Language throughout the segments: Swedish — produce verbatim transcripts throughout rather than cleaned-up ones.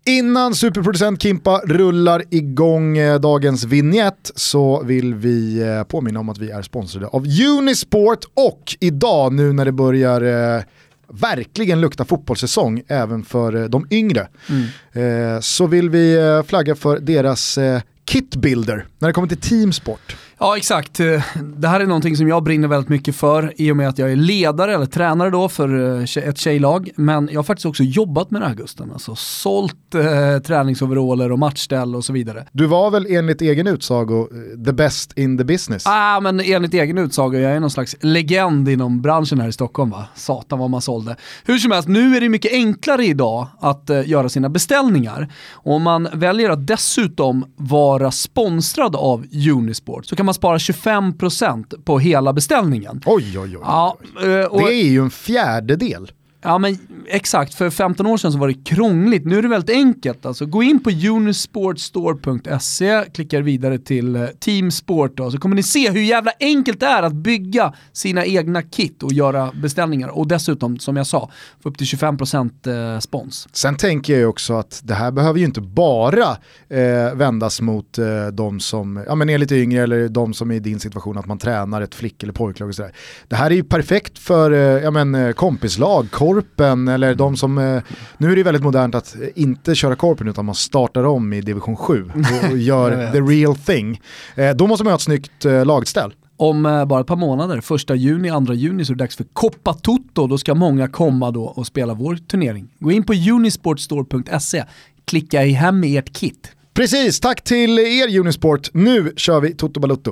Innan superproducent Kimpa rullar igång dagens vignett så vill vi påminna om att vi är sponsrade av Unisport, och idag nu när det börjar eh, verkligen lukta fotbollssäsong även för de yngre mm. eh, så vill vi flagga för deras eh, kitbuilder när det kommer till teamsport. Ja, exakt. Det här är någonting som jag brinner väldigt mycket för i och med att jag är ledare eller tränare då för ett tjejlag. Men jag har faktiskt också jobbat med det här, Gusten. Alltså sålt eh, träningsoveraller och matchställ och så vidare. Du var väl enligt egen utsago the best in the business? Ja, ah, men enligt egen utsago, jag är någon slags legend inom branschen här i Stockholm, va? Satan vad man sålde. Hur som helst, nu är det mycket enklare idag att uh, göra sina beställningar. Och om man väljer att dessutom vara sponsrad av Unisport så kan man spara tjugofem procent på hela beställningen. Oj, oj, oj. oj. Ja, och det är ju en fjärdedel. Ja, men exakt. För femton år sedan så var det krångligt. Nu är det väldigt enkelt. Alltså, gå in på unisportstore punkt se, klickar vidare till Teamsport då, så kommer ni se hur jävla enkelt det är att bygga sina egna kit och göra beställningar. Och dessutom, som jag sa, få upp till tjugofem procent eh, spons. Sen tänker jag ju också att det här behöver ju inte bara eh, vändas mot eh, de som ja, men är lite yngre eller de som är i din situation att man tränar ett flick- eller pojklag och sådär. Det här är ju perfekt för eh, ja, men, kompislag, korpen eller de som, eh, nu är det väldigt modernt att inte köra korpen utan man startar om i division sju och gör the real thing. Eh, då måste man ha ett snyggt eh, lagställ. Om eh, bara ett par månader, första juni, andra juni så är det dags för Coppa Toto. Då ska många komma då och spela vår turnering. Gå in på unisportstore punkt se, klicka i hem med ert kit. Precis, tack till er Unisport. Nu kör vi Toto Balutto.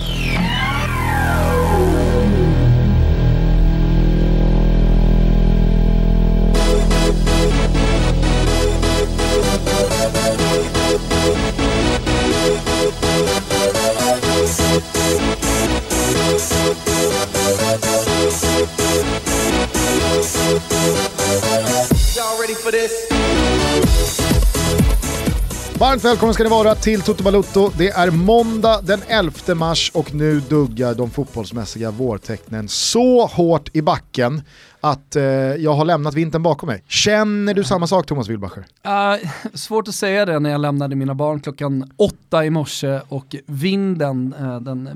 Varmt välkommen ska ni vara till Toto Balutto. Det är måndag den elfte mars och nu duggar de fotbollsmässiga vårtecknen så hårt i backen att eh, jag har lämnat vintern bakom mig. Känner du samma sak, Thomas Wilbacher? Uh, svårt att säga det när jag lämnade mina barn klockan åtta i morse och vinden, uh, den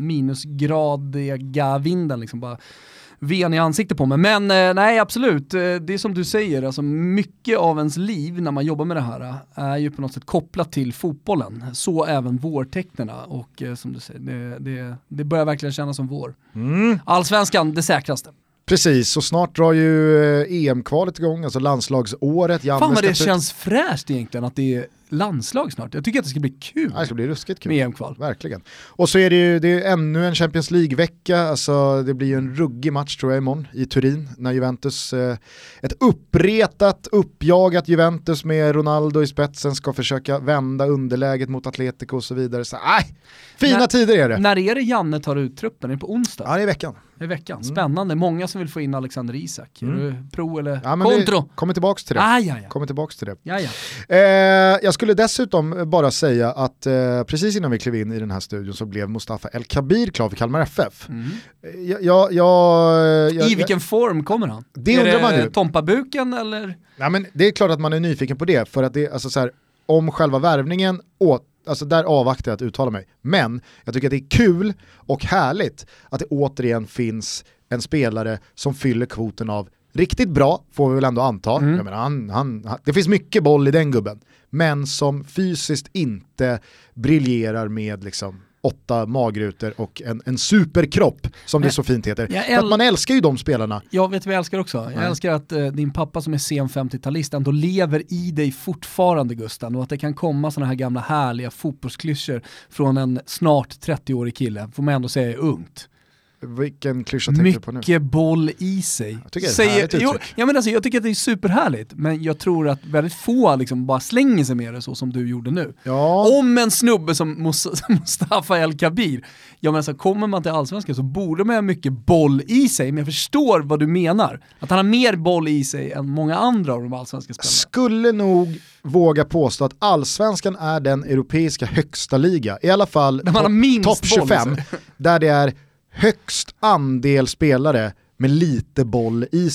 minusgradiga vinden liksom bara ven i ansiktet på mig. Men eh, nej, absolut. Eh, det är som du säger, alltså mycket av ens liv när man jobbar med det här eh, är ju på något sätt kopplat till fotbollen. Så även vårtecknerna. Och eh, som du säger, det, det, det börjar verkligen kännas som vår. Mm. Allsvenskan, det säkraste. Precis, så snart drar ju E M-kvalet igång, alltså landslagsåret. Janne Fan vad det känns fräscht egentligen att det är landslag snart. Jag tycker att det ska bli kul. Ja, det ska bli ruskigt kul. Med E M-kval. Verkligen. Och så är det ju det är ännu en Champions League-vecka. Alltså det blir ju en ruggig match tror jag imorgon i Turin när Juventus, eh, ett uppretat, uppjagat Juventus med Ronaldo i spetsen ska försöka vända underläget mot Atletico och så vidare. Så, aj, fina när, tider är det. När är det Janne tar ut truppen? Är det på onsdag? Ja, det är veckan. I veckan. Spännande. Många som vill få in Alexander Isak. Mm. Är du pro eller ja, men kontro? Kommer tillbaks till det. Ah, ja, ja. Kommer tillbaks till det. Ja, ja. Eh, jag skulle dessutom bara säga att eh, precis innan vi klev in i den här studion så blev Mustafa El Kabir klar för Kalmar F F. Mm. Jag, jag, jag, jag, I vilken jag, form kommer han? Det är undrar det man ju. Tompabuken eller? Nej, men det är klart att man är nyfiken på det för att det alltså så här, om själva värvningen åt alltså där avvaktar jag att uttala mig. Men jag tycker att det är kul och härligt att det återigen finns en spelare som fyller kvoten av riktigt bra, får vi väl ändå anta. Mm. Jag menar, han, han, han, det finns mycket boll i den gubben. Men som fysiskt inte briljerar med liksom åtta magrutor och en, en superkropp som det så fint heter. Jag äl- att man älskar ju de spelarna. Jag vet vad jag älskar också. Jag Nej. älskar att uh, din pappa som är sen femtiotalist ändå lever i dig fortfarande, Gusten, och att det kan komma såna här gamla härliga fotbollsklyschor från en snart trettioårig kille. Får man ändå säga är ungt. Vilken klyscha tänker du på nu? Mycket boll i sig. Jag tycker det är Säger, jo, jag, menar, alltså, jag tycker att det är superhärligt, men jag tror att väldigt få liksom bara slänger sig med det så som du gjorde nu. Ja. Om en snubbe som Mustafa El Kabir, jag menar, så kommer man till allsvenskan så borde man ha mycket boll i sig, men jag förstår vad du menar. Att han har mer boll i sig än många andra av de allsvenska spelarna. Skulle nog våga påstå att allsvenskan är den europeiska högsta liga. I alla fall topp top tjugofem, där det är högst andel spelare med lite boll i sig.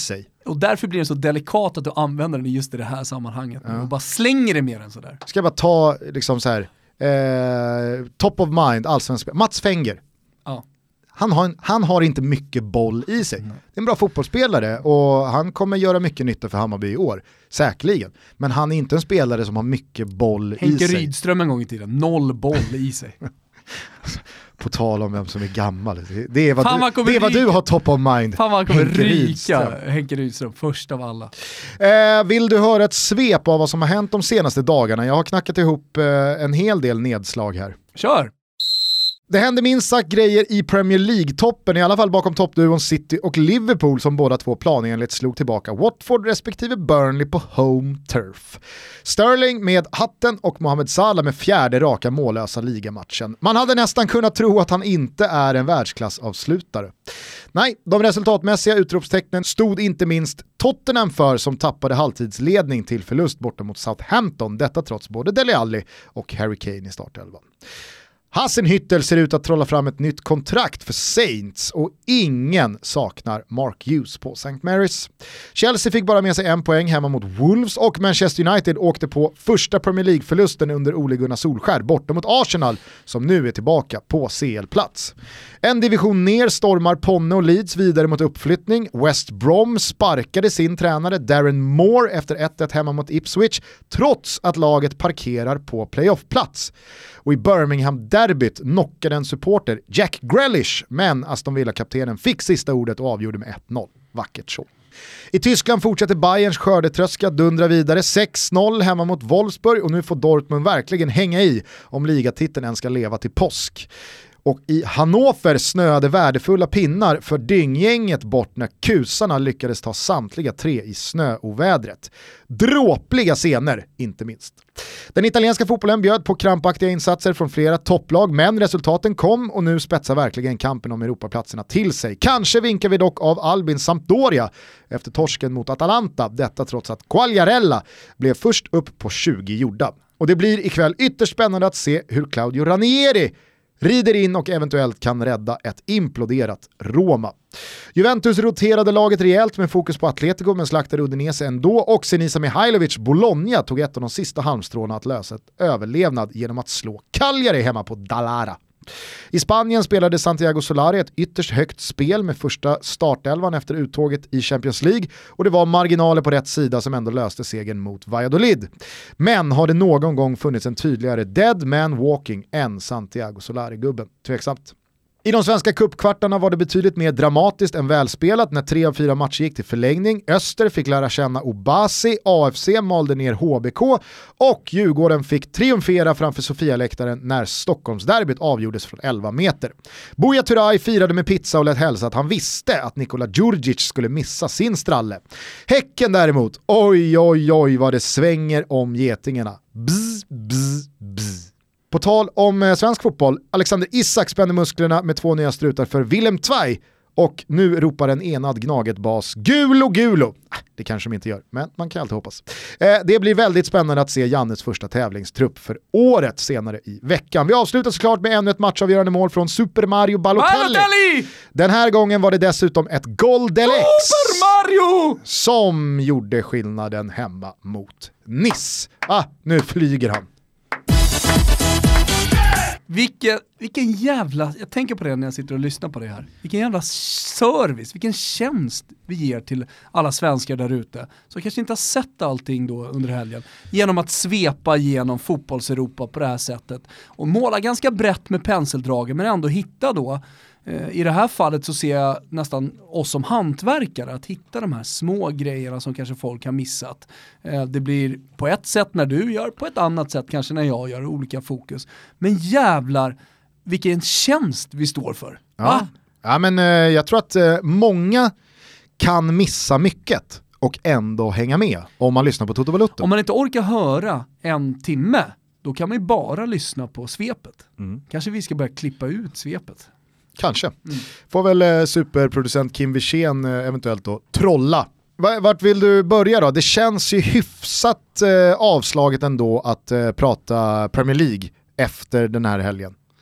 Och därför blir det så delikat att du använder den just i det här sammanhanget. Ja. Och bara slänger det mer än sådär. Ska jag bara ta liksom så här eh, top of mind, allsvensk Mats Fenger. Ja. Han har, en, han har inte mycket boll i sig. Mm. Det är en bra fotbollsspelare och han kommer göra mycket nytta för Hammarby i år. Säkerligen. Men han är inte en spelare som har mycket boll Henke i sig. Henke Rydström en gång i tiden. Noll boll i sig. På tal om vem som är gammal. Det är vad, Fan, du, det är vad du har top of mind. Fan, man kommer Henke ryka Rydström. Henke Rydström, först av alla. Eh, vill du höra ett svep av vad som har hänt de senaste dagarna? Jag har knackat ihop eh, en hel del nedslag här. Kör! Det hände minst sagt grejer i Premier League-toppen, i alla fall bakom toppduon City och Liverpool som båda två planenligt slog tillbaka Watford respektive Burnley på home turf. Sterling med hatten och Mohamed Salah med fjärde raka mållösa ligamatchen. Man hade nästan kunnat tro att han inte är en världsklassavslutare. Nej, de resultatmässiga utropstecknen stod inte minst Tottenham för som tappade halvtidsledning till förlust borta mot Southampton, detta trots både Dele Alli och Harry Kane i startelvan. Hasenhüttl ser ut att trolla fram ett nytt kontrakt för Saints och ingen saknar Mark Hughes på Saint Mary's. Chelsea fick bara med sig en poäng hemma mot Wolves och Manchester United åkte på första Premier League-förlusten under Ole Gunnar Solskjær borta mot Arsenal som nu är tillbaka på C L-plats. En division ner stormar Ponne och Leeds vidare mot uppflyttning. West Brom sparkade sin tränare Darren Moore efter ett ett hemma mot Ipswich trots att laget parkerar på playoff-plats. Och i Birmingham-derbyt knockade en supporter Jack Grealish, men Aston Villa-kaptenen fick sista ordet och avgjorde med ett noll. Vackert så. I Tyskland fortsätter Bayerns skördetröska dundra vidare sex noll hemma mot Wolfsburg och nu får Dortmund verkligen hänga i om ligatiteln än ska leva till påsk. Och i Hannover snöade värdefulla pinnar för dynggänget bort när kusarna lyckades ta samtliga tre i snöovädret. Dråpliga scener, inte minst. Den italienska fotbollen bjöd på krampaktiga insatser från flera topplag, men resultaten kom och nu spetsar verkligen kampen om Europaplatserna till sig. Kanske vinkar vi dock av Albin Sampdoria efter torsken mot Atalanta, detta trots att Quagliarella blev först upp på tjugo gjorda. Och det blir ikväll ytterst spännande att se hur Claudio Ranieri rider in och eventuellt kan rädda ett imploderat Roma. Juventus roterade laget rejält med fokus på Atletico men slaktade Udinese ändå och Senisa Mihailovic Bologna tog ett av de sista halmstråna att lösa ett överlevnad genom att slå Cagliari hemma på Dallara. I Spanien spelade Santiago Solari ett ytterst högt spel med första startelvan efter uttåget i Champions League och det var marginaler på rätt sida som ändå löste segern mot Valladolid. Men har det någon gång funnits en tydligare dead man walking än Santiago Solari-gubben? Tveksamt. I de svenska cupkvartarna var det betydligt mer dramatiskt än välspelat när tre av fyra matcher gick till förlängning. Öster fick lära känna Obasi, A F C malde ner H B K och Djurgården fick triumfera framför Sofia-läktaren när Stockholmsderbyt avgjordes från elva meter. Buya Turay firade med pizza och lät hälsa att han visste att Nikola Djurdjic skulle missa sin stralle. Häcken däremot, oj oj oj vad det svänger om getingarna. Bzz, bzz, bzz. På tal om eh, svensk fotboll, Alexander Isak spänner musklerna med två nya strutar för Willem Tvei och nu ropar en enad Gnaget-bas Gulo Gulo. Det kanske de inte gör, men man kan alltid hoppas. Eh, det blir väldigt spännande att se Jannes första tävlingstrupp för året senare i veckan. Vi avslutar såklart med ännu ett matchavgörande mål från Super Mario Balotelli. Balotelli! Den här gången var det dessutom ett Goldelex Super Mario! som gjorde skillnaden hemma mot Nice. Ah, nu flyger han. Vilken, vilken jävla, jag tänker på det när jag sitter och lyssnar på det här. Vilken jävla service, vilken tjänst vi ger till alla svenskar där ute. Så kanske inte har sett allting då under helgen. Genom att svepa genom fotbolls-Europa på det här sättet. Och måla ganska brett med penseldragen men ändå hitta då. I det här fallet så ser jag nästan oss som hantverkare att hitta de här små grejerna som kanske folk har missat. Det blir på ett sätt när du gör, på ett annat sätt kanske när jag gör, olika fokus. Men jävlar, vilken tjänst vi står för. Ja, ja men jag tror att många kan missa mycket och ändå hänga med om man lyssnar på Toto Balutto. Om man inte orkar höra en timme, då kan man ju bara lyssna på svepet. Mm. Kanske vi ska börja klippa ut svepet. Kanske. Mm. Får väl eh, superproducent Kim Wirsén eh, eventuellt då trolla. V- vart vill du börja då? Det känns ju hyfsat eh, avslaget ändå att eh, prata Premier League efter den här helgen.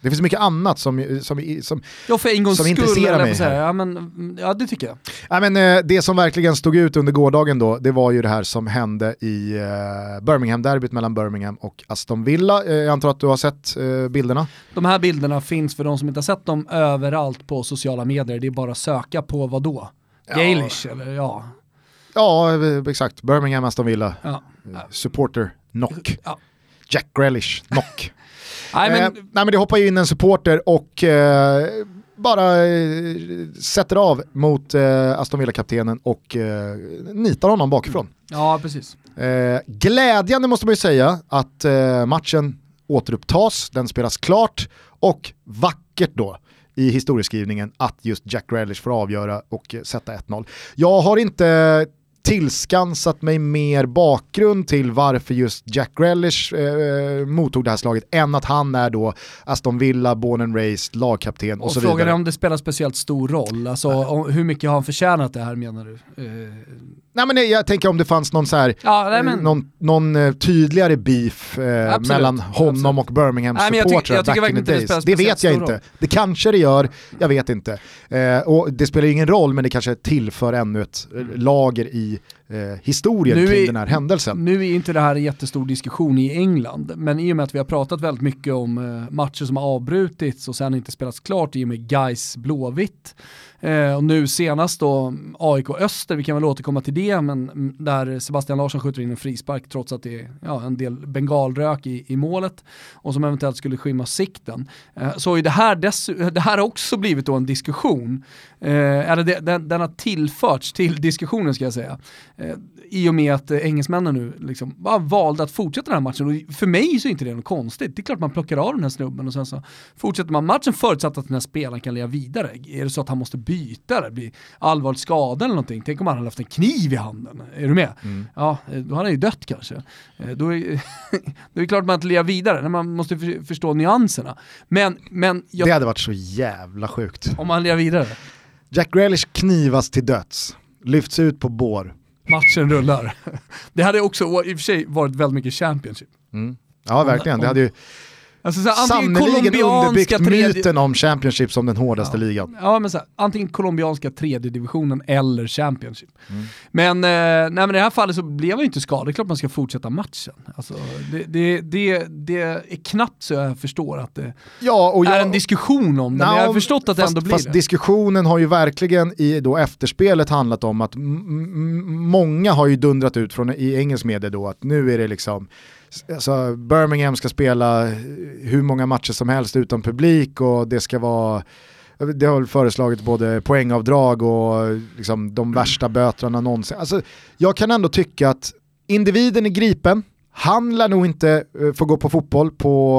Det finns mycket annat som, som, som, ja, för en gångs som skull, intresserar mig. Säga. Ja, men, ja, det tycker jag. Ja, men, eh, det som verkligen stod ut under gårdagen då, det var ju det här som hände i eh, Birmingham-derbyt mellan Birmingham och Aston Villa. Eh, jag antar att du har sett eh, bilderna? De här bilderna finns för de som inte har sett dem överallt på sociala medier. Det är bara att söka på vad då? Ja. Gaelish eller ja. Ja, exakt. Birmingham, Aston Villa. Ja. Supporter knock. Ja. Jack Grealish knock. nej, men... Eh, nej men det hoppar ju in en supporter och eh, bara eh, sätter av mot eh, Aston Villa-kaptenen och eh, nitar honom bakifrån. Ja, precis. Eh, glädjande måste man ju säga att eh, matchen återupptas, den spelas klart och vackert då i historieskrivningen att just Jack Grealish får avgöra och sätta ett noll. Jag har inte tillskansat mig mer bakgrund till varför just Jack Grealish eh, mottog det här slaget än att han är då Aston Villa, born and raised, lagkapten och, och så vidare. Och frågan är om det spelar speciellt stor roll, alltså om, hur mycket har han förtjänat det här menar du? Eh... Nej men jag tänker om det fanns någon så här, ja, nej, men... någon, någon tydligare beef eh, mellan honom absolut. Och Birmingham supportrar back in the days. Det, det vet jag inte. Roll. Det kanske det gör, jag vet inte. Eh, och det spelar ingen roll, men det kanske tillför ännu ett lager i eh, historien nu kring är, den här händelsen. Nu är inte det här en jättestor diskussion i England, men i och med att vi har pratat väldigt mycket om eh, matcher som har avbrutits och sen inte spelats klart i och med Gais Blåvitt. Eh, och nu senast då A I K Öster, vi kan väl återkomma till det, men där Sebastian Larsson skjuter in en frispark trots att det är ja, en del bengalrök i, i målet och som eventuellt skulle skymma sikten. Eh, så är det här, dess, det här har också blivit då en diskussion. Eh, eller det, den, den har tillförts till diskussionen ska jag säga. Eh, I och med att eh, engelsmännen nu liksom bara valde att fortsätta den här matchen. Och för mig så är inte det något konstigt. Det är klart man plockar av den här snubben och sen så fortsätter man matchen förutsatt att den här spelaren kan leva vidare. Är det så att han måste byta det, bli allvarligt skadad eller någonting? Tänk om han hade haft en kniv i handen. Är du med? Mm. Ja, då hade han ju dött kanske. Då är, då är det klart att man inte lever vidare. När man måste för, förstå nyanserna. Men, men jag, det hade varit så jävla sjukt. Om han lever vidare. Jack Grealish knivas till döds. Lyfts ut på bår. Matchen rullar. Det hade också i och för sig varit väldigt mycket Championship. Mm. Ja, verkligen. Det hade ju alltså, så här, sannoliken underbyggt tredje... myten om Championship som den hårdaste ja. ligan. Ja, men så här, antingen colombianska tredje divisionen eller Championship. Mm. Men, eh, nej, men i det här fallet så blev han ju inte skadad. Det är klart man ska fortsätta matchen. Alltså, det, det, det, det är knappt så jag förstår att det ja, och jag, är en diskussion om det. Men jag har förstått att det fast, ändå blir fast det. Diskussionen har ju verkligen i då efterspelet handlat om att m- m- många har ju dundrat ut från i engelsk media då att nu är det liksom alltså Birmingham ska spela hur många matcher som helst utan publik och det ska vara, det har föreslagit både poängavdrag och liksom de värsta böterna någonsin. Alltså, jag kan ändå tycka att individen är gripen. Han lär nog inte få gå på fotboll på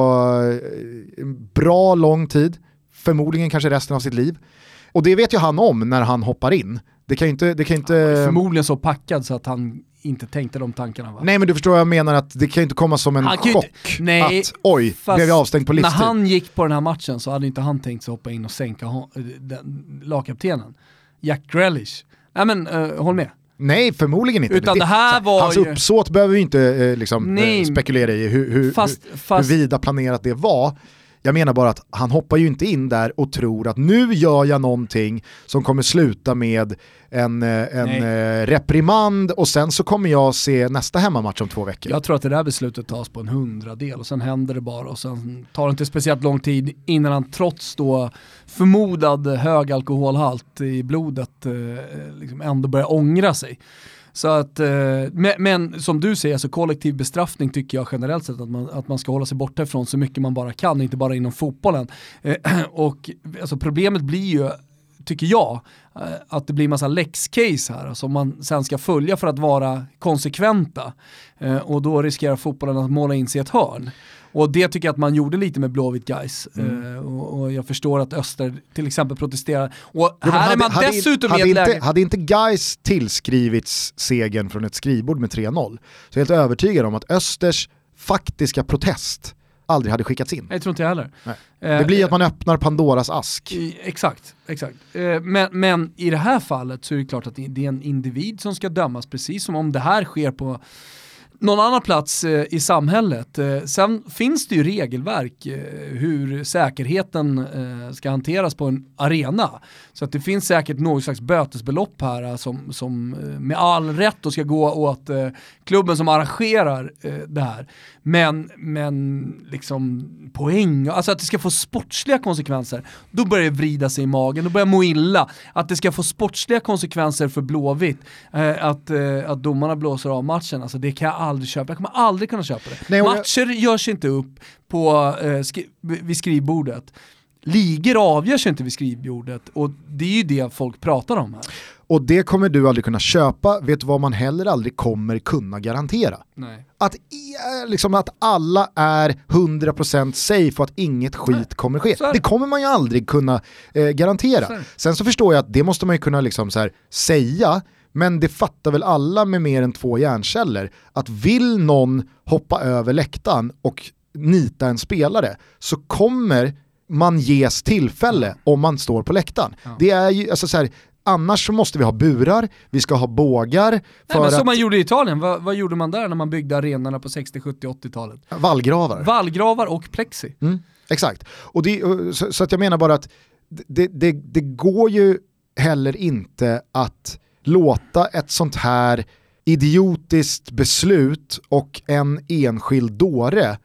en bra lång tid. Förmodligen kanske resten av sitt liv. Och det vet ju han om när han hoppar in. Det kan ju inte, det kan inte... Ja, förmodligen så packad så att han inte tänkte de tankarna, va? Nej, men du förstår vad jag menar, att det kan ju inte komma som en chock inte, nej, att oj, blev jag avstängd på livstid. När han gick på den här matchen så hade inte han tänkt sig hoppa in och sänka hon, den, lagkaptenen. Jack Grealish. Nej men, uh, håll med. Nej, förmodligen inte. Utan det, det här var hans ju... uppsåt behöver vi inte eh, liksom, eh, spekulera i hur, hur, fast, hur, fast... hur vida planerat det var. Jag menar bara att han hoppar ju inte in där och tror att nu gör jag någonting som kommer sluta med en, en reprimand och sen så kommer jag se nästa hemmamatch om två veckor. Jag tror att det där beslutet tas på en hundradel och sen händer det bara och sen tar det inte speciellt lång tid innan han trots då förmodad hög alkoholhalt i blodet liksom ändå börjar ångra sig. Så att, men, men som du säger, alltså kollektiv bestraffning tycker jag generellt sett att man, att man ska hålla sig borta ifrån så mycket man bara kan, inte bara inom fotbollen. Och alltså problemet blir ju, tycker jag, att det blir massa läx-case här som man sen ska följa för att vara konsekventa. Och då riskerar fotbollen att måla in sig ett hörn. Och det tycker jag att man gjorde lite med Blåvitt Guys. Mm. Uh, och, och jag förstår att Öster till exempel protesterar. Och jo, här hade, är man hade, dessutom hade, i ett inte, läge... hade inte Guys tillskrivits segern från ett skrivbord med tre noll så jag är helt övertygad om att Östers faktiska protest aldrig hade skickats in. Jag tror inte jag heller. Nej. Det blir att man öppnar Pandoras ask. I, exakt, exakt. Uh, men, men i det här fallet så är det klart att det är en individ som ska dömas, precis som om det här sker på någon annan plats eh, i samhället. Eh, sen finns det ju regelverk eh, hur säkerheten eh, ska hanteras på en arena. Så att det finns säkert något slags bötesbelopp här eh, som, som eh, med all rätt då ska gå åt eh, klubben som arrangerar eh, det här. Men, men liksom poäng, alltså att det ska få sportsliga konsekvenser, då börjar det vrida sig i magen, då börjar jag må illa. Att det ska få sportsliga konsekvenser för Blåvitt, eh, att, eh, att domarna blåser av matchen, alltså det kan jag aldrig köpa. Jag kommer aldrig kunna köpa det. Nej, Matcher jag... görs inte upp på, eh, skri- vid skrivbordet. Ligor avgörs inte vid skrivbordet, och det är ju det folk pratar om här. Och det kommer du aldrig kunna köpa. Vet du vad man heller aldrig kommer kunna garantera? Nej. Att, liksom, att alla är hundra procent safe och att inget skit Nej. kommer ske. Det. det kommer man ju aldrig kunna eh, garantera. Så Sen så förstår jag att det måste man ju kunna liksom så här, säga, men det fattar väl alla med mer än två hjärnceller att vill någon hoppa över läktaren och nita en spelare, så kommer man ges tillfälle mm. om man står på läktaren. Ja. Det är ju alltså så här, annars så måste vi ha burar, vi ska ha bågar. För Nej, men som att... man gjorde i Italien, vad, vad gjorde man där när man byggde arenorna på sextio, sjuttio, åttio-talet? Vallgravar. Vallgravar och plexi. Mm, exakt. Och det, så, så att jag menar bara att det, det, det går ju heller inte att låta ett sånt här idiotiskt beslut och en enskild dåre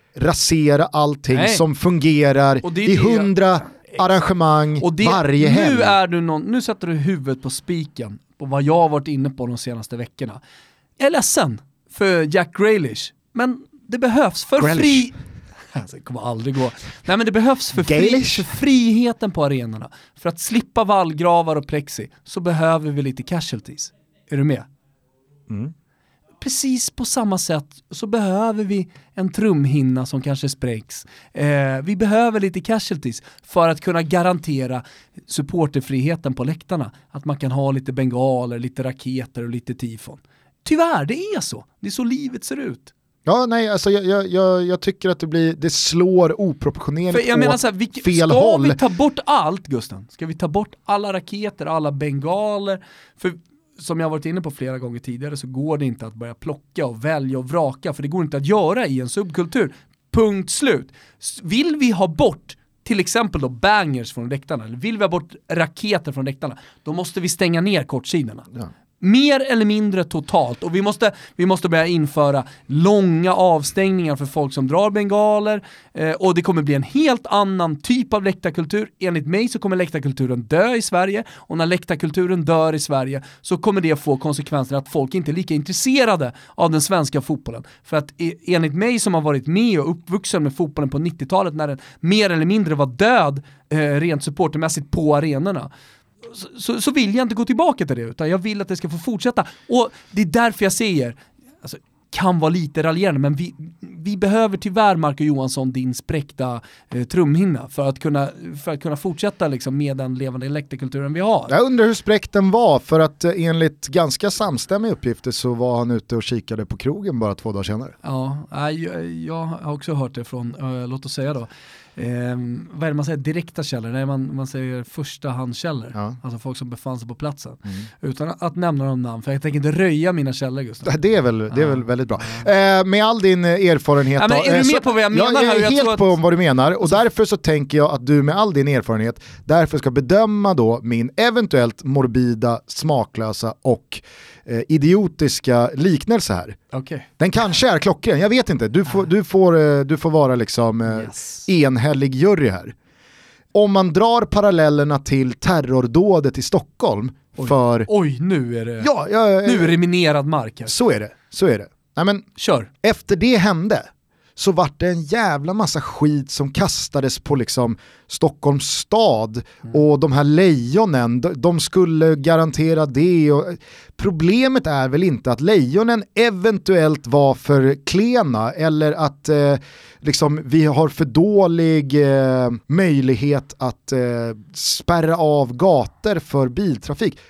rasera allting Nej. som fungerar i hundra arrangemang och det, varje helg. Nu, är du någon, nu sätter du huvudet på spiken på vad jag har varit inne på de senaste veckorna. Jag är ledsen för Jack Grealish, men det behövs för Grealish. fri... Det kommer aldrig gå. Nej, men det behövs för, fri, för friheten på arenorna. För att slippa vallgravar och plexi så behöver vi lite casualties. Är du med? Mm. Precis på samma sätt så behöver vi en trumhinna som kanske sprängs. Eh, vi behöver lite casualties för att kunna garantera supporterfriheten på läktarna. Att man kan ha lite bengaler, lite raketer och lite tifon. Tyvärr, det är så. Det är så livet ser ut. Ja, nej, alltså jag, jag, jag tycker att det blir, det slår oproportionerligt jag menar åt så här, vi, fel ska håll. Ska vi ta bort allt, Gusten? Ska vi ta bort alla raketer, alla bengaler? För som jag har varit inne på flera gånger tidigare så går det inte att börja plocka och välja och vraka, för det går inte att göra i en subkultur. Punkt slut. Vill vi ha bort till exempel då bangers från läktarna, eller vill vi ha bort raketer från läktarna, då måste vi stänga ner kortsidorna. Ja. Mer eller mindre totalt, och vi måste, vi måste börja införa långa avstängningar för folk som drar bengaler, eh, och det kommer bli en helt annan typ av läktarkultur. Enligt mig så kommer läktarkulturen dö i Sverige, och när läktarkulturen dör i Sverige så kommer det få konsekvenser att folk inte är lika intresserade av den svenska fotbollen. För att enligt mig som har varit med och uppvuxen med fotbollen på nittiotalet när den mer eller mindre var död eh, rent supportermässigt på arenorna, Så, så, så vill jag inte gå tillbaka till det, utan jag vill att det ska få fortsätta. Och det är därför jag säger, alltså, kan vara lite raljerande, men vi, vi behöver tyvärr, Marco Johansson, din spräckta eh, trumhinna för att kunna, för att kunna fortsätta liksom, med den levande läktarkulturen vi har. Jag undrar hur spräckt den var, för att eh, enligt ganska samstämmiga uppgifter så var han ute och kikade på krogen bara två dagar senare. Ja, jag, jag har också hört det från, äh, låt oss säga då, Eh, vad är det man säger? Direkta källor? Nej, man, man säger första handkällor. Ja. Alltså folk som befann sig på platsen. Mm. Utan att, att nämna någon namn, för jag tänker inte röja mina källor, Gustav. Det är väl, det är väl väldigt bra. Ja. Eh, med all din erfarenhet... Ja, men är du med på vad jag menar? Jag är här? Jag helt att... på vad du menar, och därför så tänker jag att du med all din erfarenhet därför ska bedöma då min eventuellt morbida, smaklösa och eh, idiotiska liknelse här. Okay. Den kanske är klockren, jag vet inte. Du får, du får, du får vara liksom eh, yes. enhällig jury här. Om man drar parallellerna till terrordådet i Stockholm oj. för... Oj, nu är det, ja, ja, nu är det minerad mark här. Så är det, så är det. Nej, men, kör. Efter det hände så var det en jävla massa skit som kastades på liksom Stockholms stad, mm. och de här lejonen, de, de skulle garantera det, och problemet är väl inte att lejonen eventuellt var för klena, eller att eh, liksom vi har för dålig eh, möjlighet att eh, spärra av gator för biltrafik.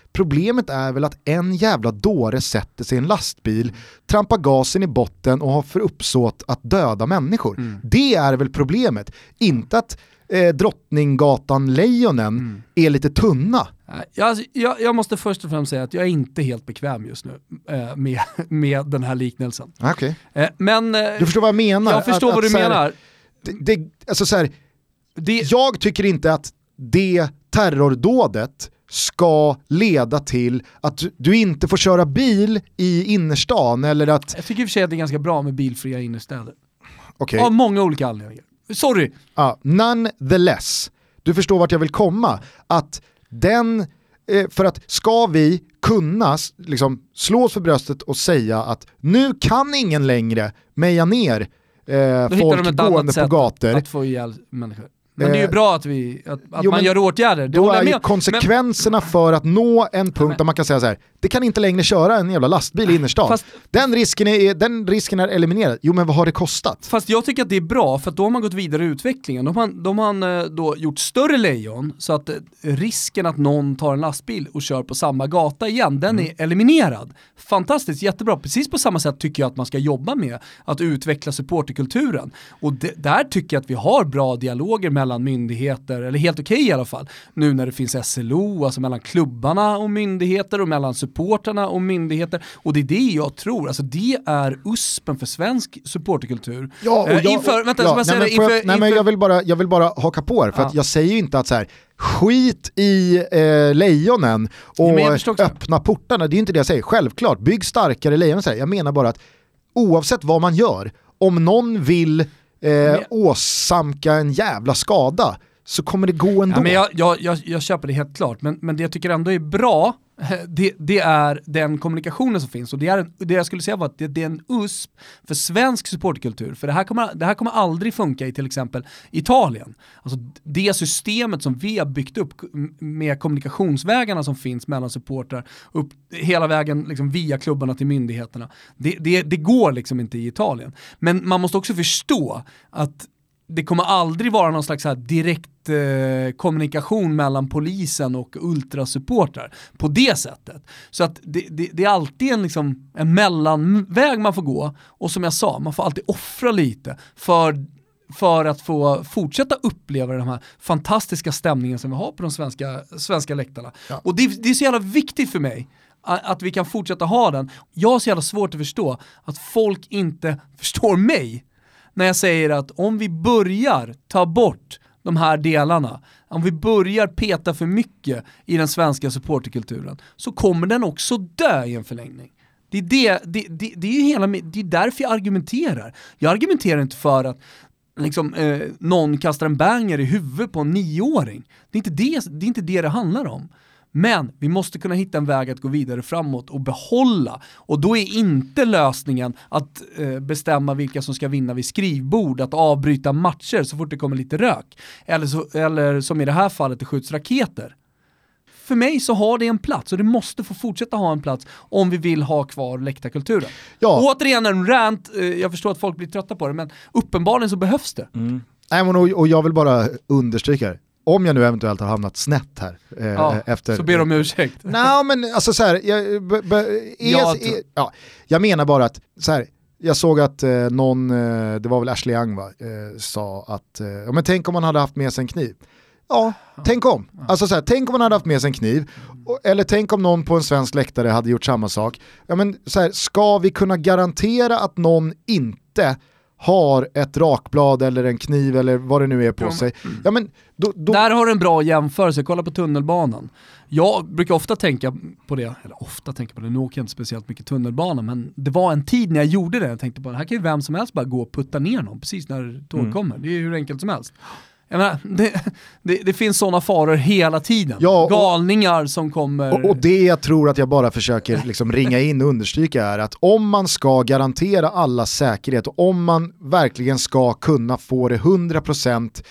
Problemet är väl att en jävla dåre sätter sig i en lastbil, trampar gasen i botten och har för uppsåt att döda människor. Mm. Det är väl problemet. Inte att eh, Drottninggatan-lejonen mm. är lite tunna. Jag, jag, jag måste först och främst säga att jag är inte helt bekväm just nu eh, med, med den här liknelsen. Okay. Eh, men, eh, du förstår vad jag menar? Jag förstår att, vad att, du här, menar. Det, det, alltså så här, det... Jag tycker inte att det terrordådet ska leda till att du inte får köra bil i innerstan eller att... Jag tycker i och för sig att det är ganska bra med bilfria innerstäder. Okay. Av många olika anledningar. Sorry! Ja, nonetheless. Du förstår vart jag vill komma. Att den... Eh, för att ska vi kunna liksom, slå oss för bröstet och säga att nu kan ingen längre meja ner eh, folk gående på gator. Att få ihjäl människor. Men det är ju bra att, vi, att, att jo, man gör åtgärder. Det då är ju konsekvenserna men... för att nå en punkt men... där man kan säga så här: det kan inte längre köra en jävla lastbil i innerstan. Fast... Den, risken är, den risken är eliminerad. Jo, men vad har det kostat? Fast jag tycker att det är bra, för att då har man gått vidare i utvecklingen. De har, de har då gjort större lejon så att risken att någon tar en lastbil och kör på samma gata igen, den mm. är eliminerad. Fantastiskt, jättebra. Precis på samma sätt tycker jag att man ska jobba med att utveckla supporterkulturen. Och det, där tycker jag att vi har bra dialoger mellan myndigheter, eller helt okej i alla fall, nu när det finns S L O, alltså mellan klubbarna och myndigheter och mellan supporterna och myndigheter, och det är det jag tror, alltså det är uspen för svensk supporterkultur. Ja, och jag, uh, inför, vänta, ja, jag säga nej, inför, jag, nej, inför... men jag vill bara, jag vill bara haka på er, för ja. att jag säger ju inte att så här, skit i eh, lejonen och ja, öppna portarna, det är inte det jag säger. Självklart, bygg starkare lejon, så här. Jag menar bara att oavsett vad man gör, om någon vill Eh, åsamka en jävla skada, så kommer det gå ändå. Ja, men jag, jag, jag, jag köper det helt klart, men, men det jag tycker ändå är bra, det, det är den kommunikationen som finns, och det, är en, det jag skulle säga var att det, det är en U S P för svensk supportkultur, för det här, kommer, det här kommer aldrig funka i till exempel Italien. Alltså det systemet som vi har byggt upp med kommunikationsvägarna som finns mellan supportrar upp hela vägen liksom via klubbarna till myndigheterna, det, det, det går liksom inte i Italien. Men man måste också förstå att det kommer aldrig vara någon slags så här direkt eh, kommunikation mellan polisen och ultrasupportrar på det sättet. Så att det, det, det är alltid en, liksom, en mellanväg man får gå, och som jag sa, man får alltid offra lite för, för att få fortsätta uppleva den här fantastiska stämningen som vi har på de svenska, svenska läktarna. Ja. Och det, det är så jävla viktigt för mig att vi kan fortsätta ha den. Jag har så jävla svårt att förstå att folk inte förstår mig när jag säger att om vi börjar ta bort de här delarna, om vi börjar peta för mycket i den svenska supporterkulturen, så kommer den också dö i en förlängning. Det är, det, det, det, det är ju hela, det är därför jag argumenterar. Jag argumenterar inte för att liksom, eh, någon kastar en banger i huvudet på en nioåring. Det är inte det, det är inte det det handlar om. Men vi måste kunna hitta en väg att gå vidare framåt och behålla. Och då är inte lösningen att eh, bestämma vilka som ska vinna vid skrivbord, att avbryta matcher så fort det kommer lite rök. Eller, så, eller som i det här fallet, det skjuts raketer. För mig så har det en plats, och det måste få fortsätta ha en plats om vi vill ha kvar läktarkulturen. Ja. Återigen en rant, eh, jag förstår att folk blir trötta på det, men uppenbarligen så behövs det. Mm. Nej, men, och, och jag vill bara understryka, om jag nu eventuellt har hamnat snett här. Eh, ja, efter, så ber de om ursäkt. Nej, men alltså så här, jag, be, be, är, ja, är, ja, jag menar bara att så här, jag såg att eh, någon, eh, det var väl Ashley Young va, eh, sa att, eh, ja, men tänk om man hade haft med sig en kniv. Ja, ja. tänk om. Ja. Alltså så här, tänk om man hade haft med sig en kniv, och, eller tänk om någon på en svensk läktare hade gjort samma sak. Ja, men så här, ska vi kunna garantera att någon inte har ett rakblad eller en kniv eller vad det nu är på ja, sig. Ja, men då, då... Där har du en bra jämförelse, kolla på tunnelbanan. Jag brukar ofta tänka på det, eller ofta tänka på det, nu åker jag inte speciellt mycket tunnelbana, men det var en tid när jag gjorde det, jag tänkte på, här kan ju vem som helst bara gå och putta ner någon precis när tåg mm. kommer, det är ju hur enkelt som helst. Jag menar, det, det, det finns sådana faror hela tiden. Ja, och, galningar som kommer... Och, och det jag tror att jag bara försöker liksom ringa in och understryka är att om man ska garantera alla säkerhet, och om man verkligen ska kunna få det hundra procent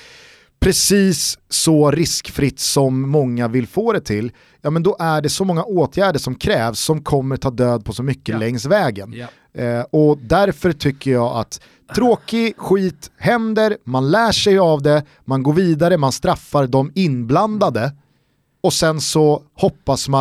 precis så riskfritt som många vill få det till, ja, men då är det så många åtgärder som krävs som kommer ta död på så mycket ja. längs vägen. Ja. Eh, och därför tycker jag att tråkig skit händer, man lär sig av det, man går vidare, man straffar de inblandade, och sen så hoppas man det.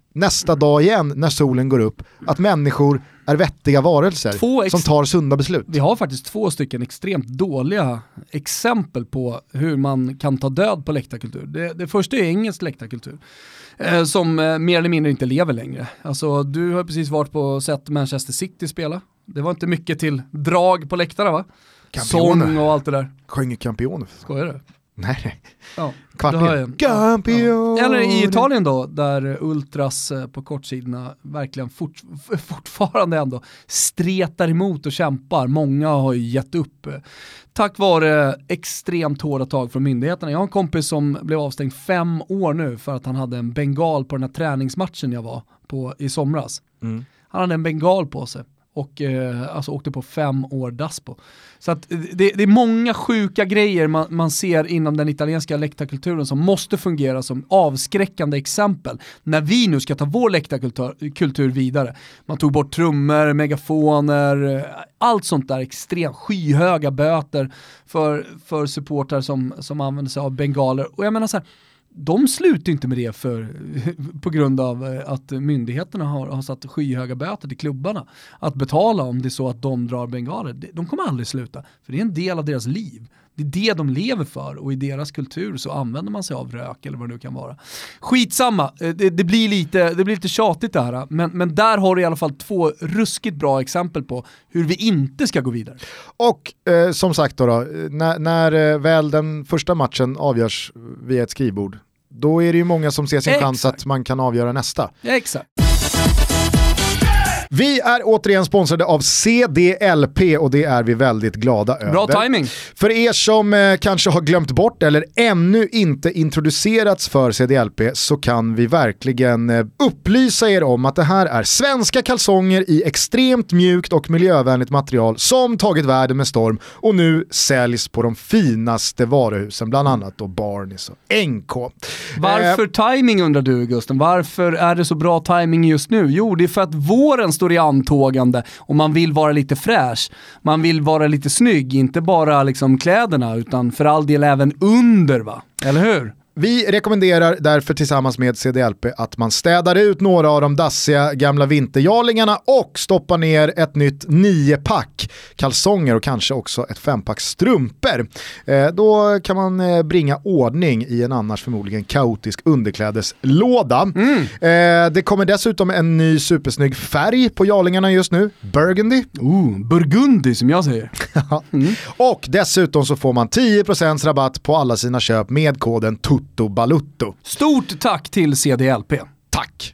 nästa dag igen när solen går upp att människor är vettiga varelser ex- som tar sunda beslut. Vi har faktiskt två stycken extremt dåliga exempel på hur man kan ta död på läktarkultur. Det, det första är engelsk läktarkultur eh, som eh, mer eller mindre inte lever längre. Alltså, du har precis varit på och sett Manchester City spela. Det var inte mycket till drag på läktare, va? Kampione. Sång och allt det där. Sjöng Kampione. Skojar du? Nej. Ja, Kvarten. Kampione. Ja. Eller i Italien då, där ultras på kortsidorna verkligen fort, fortfarande ändå stretar emot och kämpar. Många har ju gett upp tack vare extremt hårda tag från myndigheterna. Jag har en kompis som blev avstängd fem år nu för att han hade en bengal på den här träningsmatchen jag var på i somras. Mm. Han hade en bengal på sig. Och eh, alltså åkte på fem år dass på. Så att det, det är många sjuka grejer man, man ser inom den italienska läktarkulturen som måste fungera som avskräckande exempel. När vi nu ska ta vår läktarkultur kultur vidare. Man tog bort trummor, megafoner, allt sånt där extremt skyhöga böter för, för supportrar som, som använder sig av bengaler. Och jag menar så här, de slutar inte med det för, på grund av att myndigheterna har, har satt skyhöga böter till klubbarna att betala om det är så att de drar bengaler. De kommer aldrig sluta, för det är en del av deras liv. Det är det de lever för, och i deras kultur så använder man sig av rök eller vad det nu kan vara. Skitsamma, det, det, blir, lite, det blir lite tjatigt det här, men, men där har du i alla fall två ruskigt bra exempel på hur vi inte ska gå vidare. Och eh, som sagt då, då när, när väl den första matchen avgörs via ett skrivbord, då är det ju många som ser sin Exakt. chans att man kan avgöra nästa. Ja, exakt. Vi är återigen sponsrade av C D L P och det är vi väldigt glada över. Bra timing. För er som eh, kanske har glömt bort eller ännu inte introducerats för C D L P så kan vi verkligen eh, upplysa er om att det här är svenska kalsonger i extremt mjukt och miljövänligt material som tagit världen med storm och nu säljs på de finaste varuhusen, bland annat då Barneys och N K. Varför eh, timing undrar du, Gusten? Varför är det så bra timing just nu? Jo, det är för att våren står i antågande och man vill vara lite fräsch. Man vill vara lite snygg, inte bara liksom kläderna utan för all del även under, va? Eller hur? Vi rekommenderar därför tillsammans med C D L P att man städar ut några av de dassiga gamla vinterjarlingarna och stoppar ner ett nytt nio-pack kalsonger och kanske också ett fempack strumpor. Eh, då kan man eh, bringa ordning i en annars förmodligen kaotisk underklädeslåda. Mm. Eh, det kommer dessutom en ny supersnygg färg på jarlingarna just nu. Burgundy. Oh, burgundy som jag säger. mm. Och dessutom så får man tio procent rabatt på alla sina köp med koden Tutto Balutto. Stort tack till C D L P. Tack.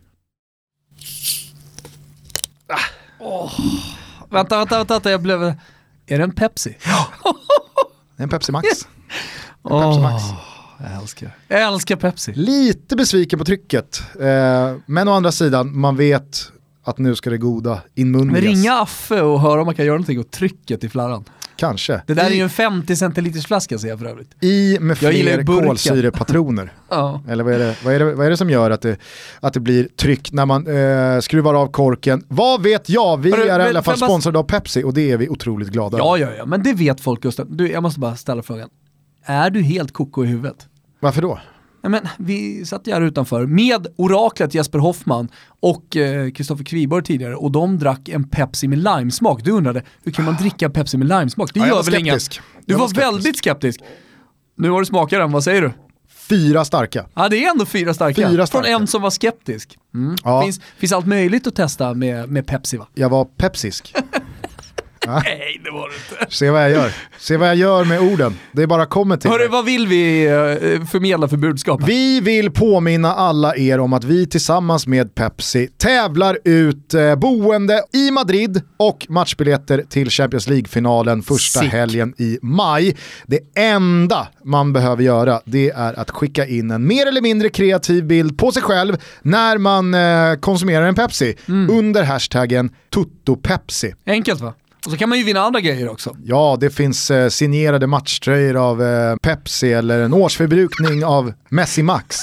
Ah. Oh. Vänta, vänta, vänta, jag blev... Är det en Pepsi? Ja. Det är en Pepsi Max. En oh. Pepsi Max. Jag älskar. Jag älskar Pepsi. Lite besviken på trycket. Eh, men å andra sidan, man vet att nu ska det goda inmundigas. Ringa Affe och höra om man kan göra någonting åt trycket i flarran. Kanske. Det där I, är ju en femtio centiliters flaska, ser jag för övrigt. I med fler kolsyrepatroner. Ja. Eller vad är, det, vad, är det, vad är det som gör att det, att det blir tryck när man eh, skruvar av korken? Vad vet jag? Vi du, är men, i alla fall bara... sponsrade av Pepsi och det är vi otroligt glada Ja, ja, ja. Men det vet folk, Gustav. Du, jag måste bara ställa frågan. Är du helt koko i huvudet? Varför då? Ja, men vi satt ju här utanför med oraklet Jesper Hoffman och Kristoffer eh, Kviborg tidigare och de drack en Pepsi med limesmak. Du undrade, hur kan man dricka Pepsi med limesmak? Det ja, gör väl inget. Du var, var väldigt skeptisk. Nu har du smakat den, vad säger du? Fyra starka. Ja, det är ändå fyra starka. Fyra starka. Från en som var skeptisk. Mm. Ja. Finns, finns allt möjligt att testa med, med Pepsi, va? Jag var pepsisk. Ja. Nej, det var det inte. Se vad jag gör. Se vad jag gör med orden. Det är bara kommer till. Hörru, vad vill vi förmedla för budskap? Vi vill påminna alla er om att vi tillsammans med Pepsi tävlar ut eh, boende i Madrid och matchbiljetter till Champions League-finalen första Sick. helgen i maj. Det enda man behöver göra, det är att skicka in en mer eller mindre kreativ bild på sig själv när man eh, konsumerar en Pepsi mm. under hashtaggen TuttoPepsi. Enkelt, va? Och så kan man ju vinna andra grejer också. Ja, det finns eh, signerade matchtröjor av eh, Pepsi eller en årsförbrukning av Messi Max.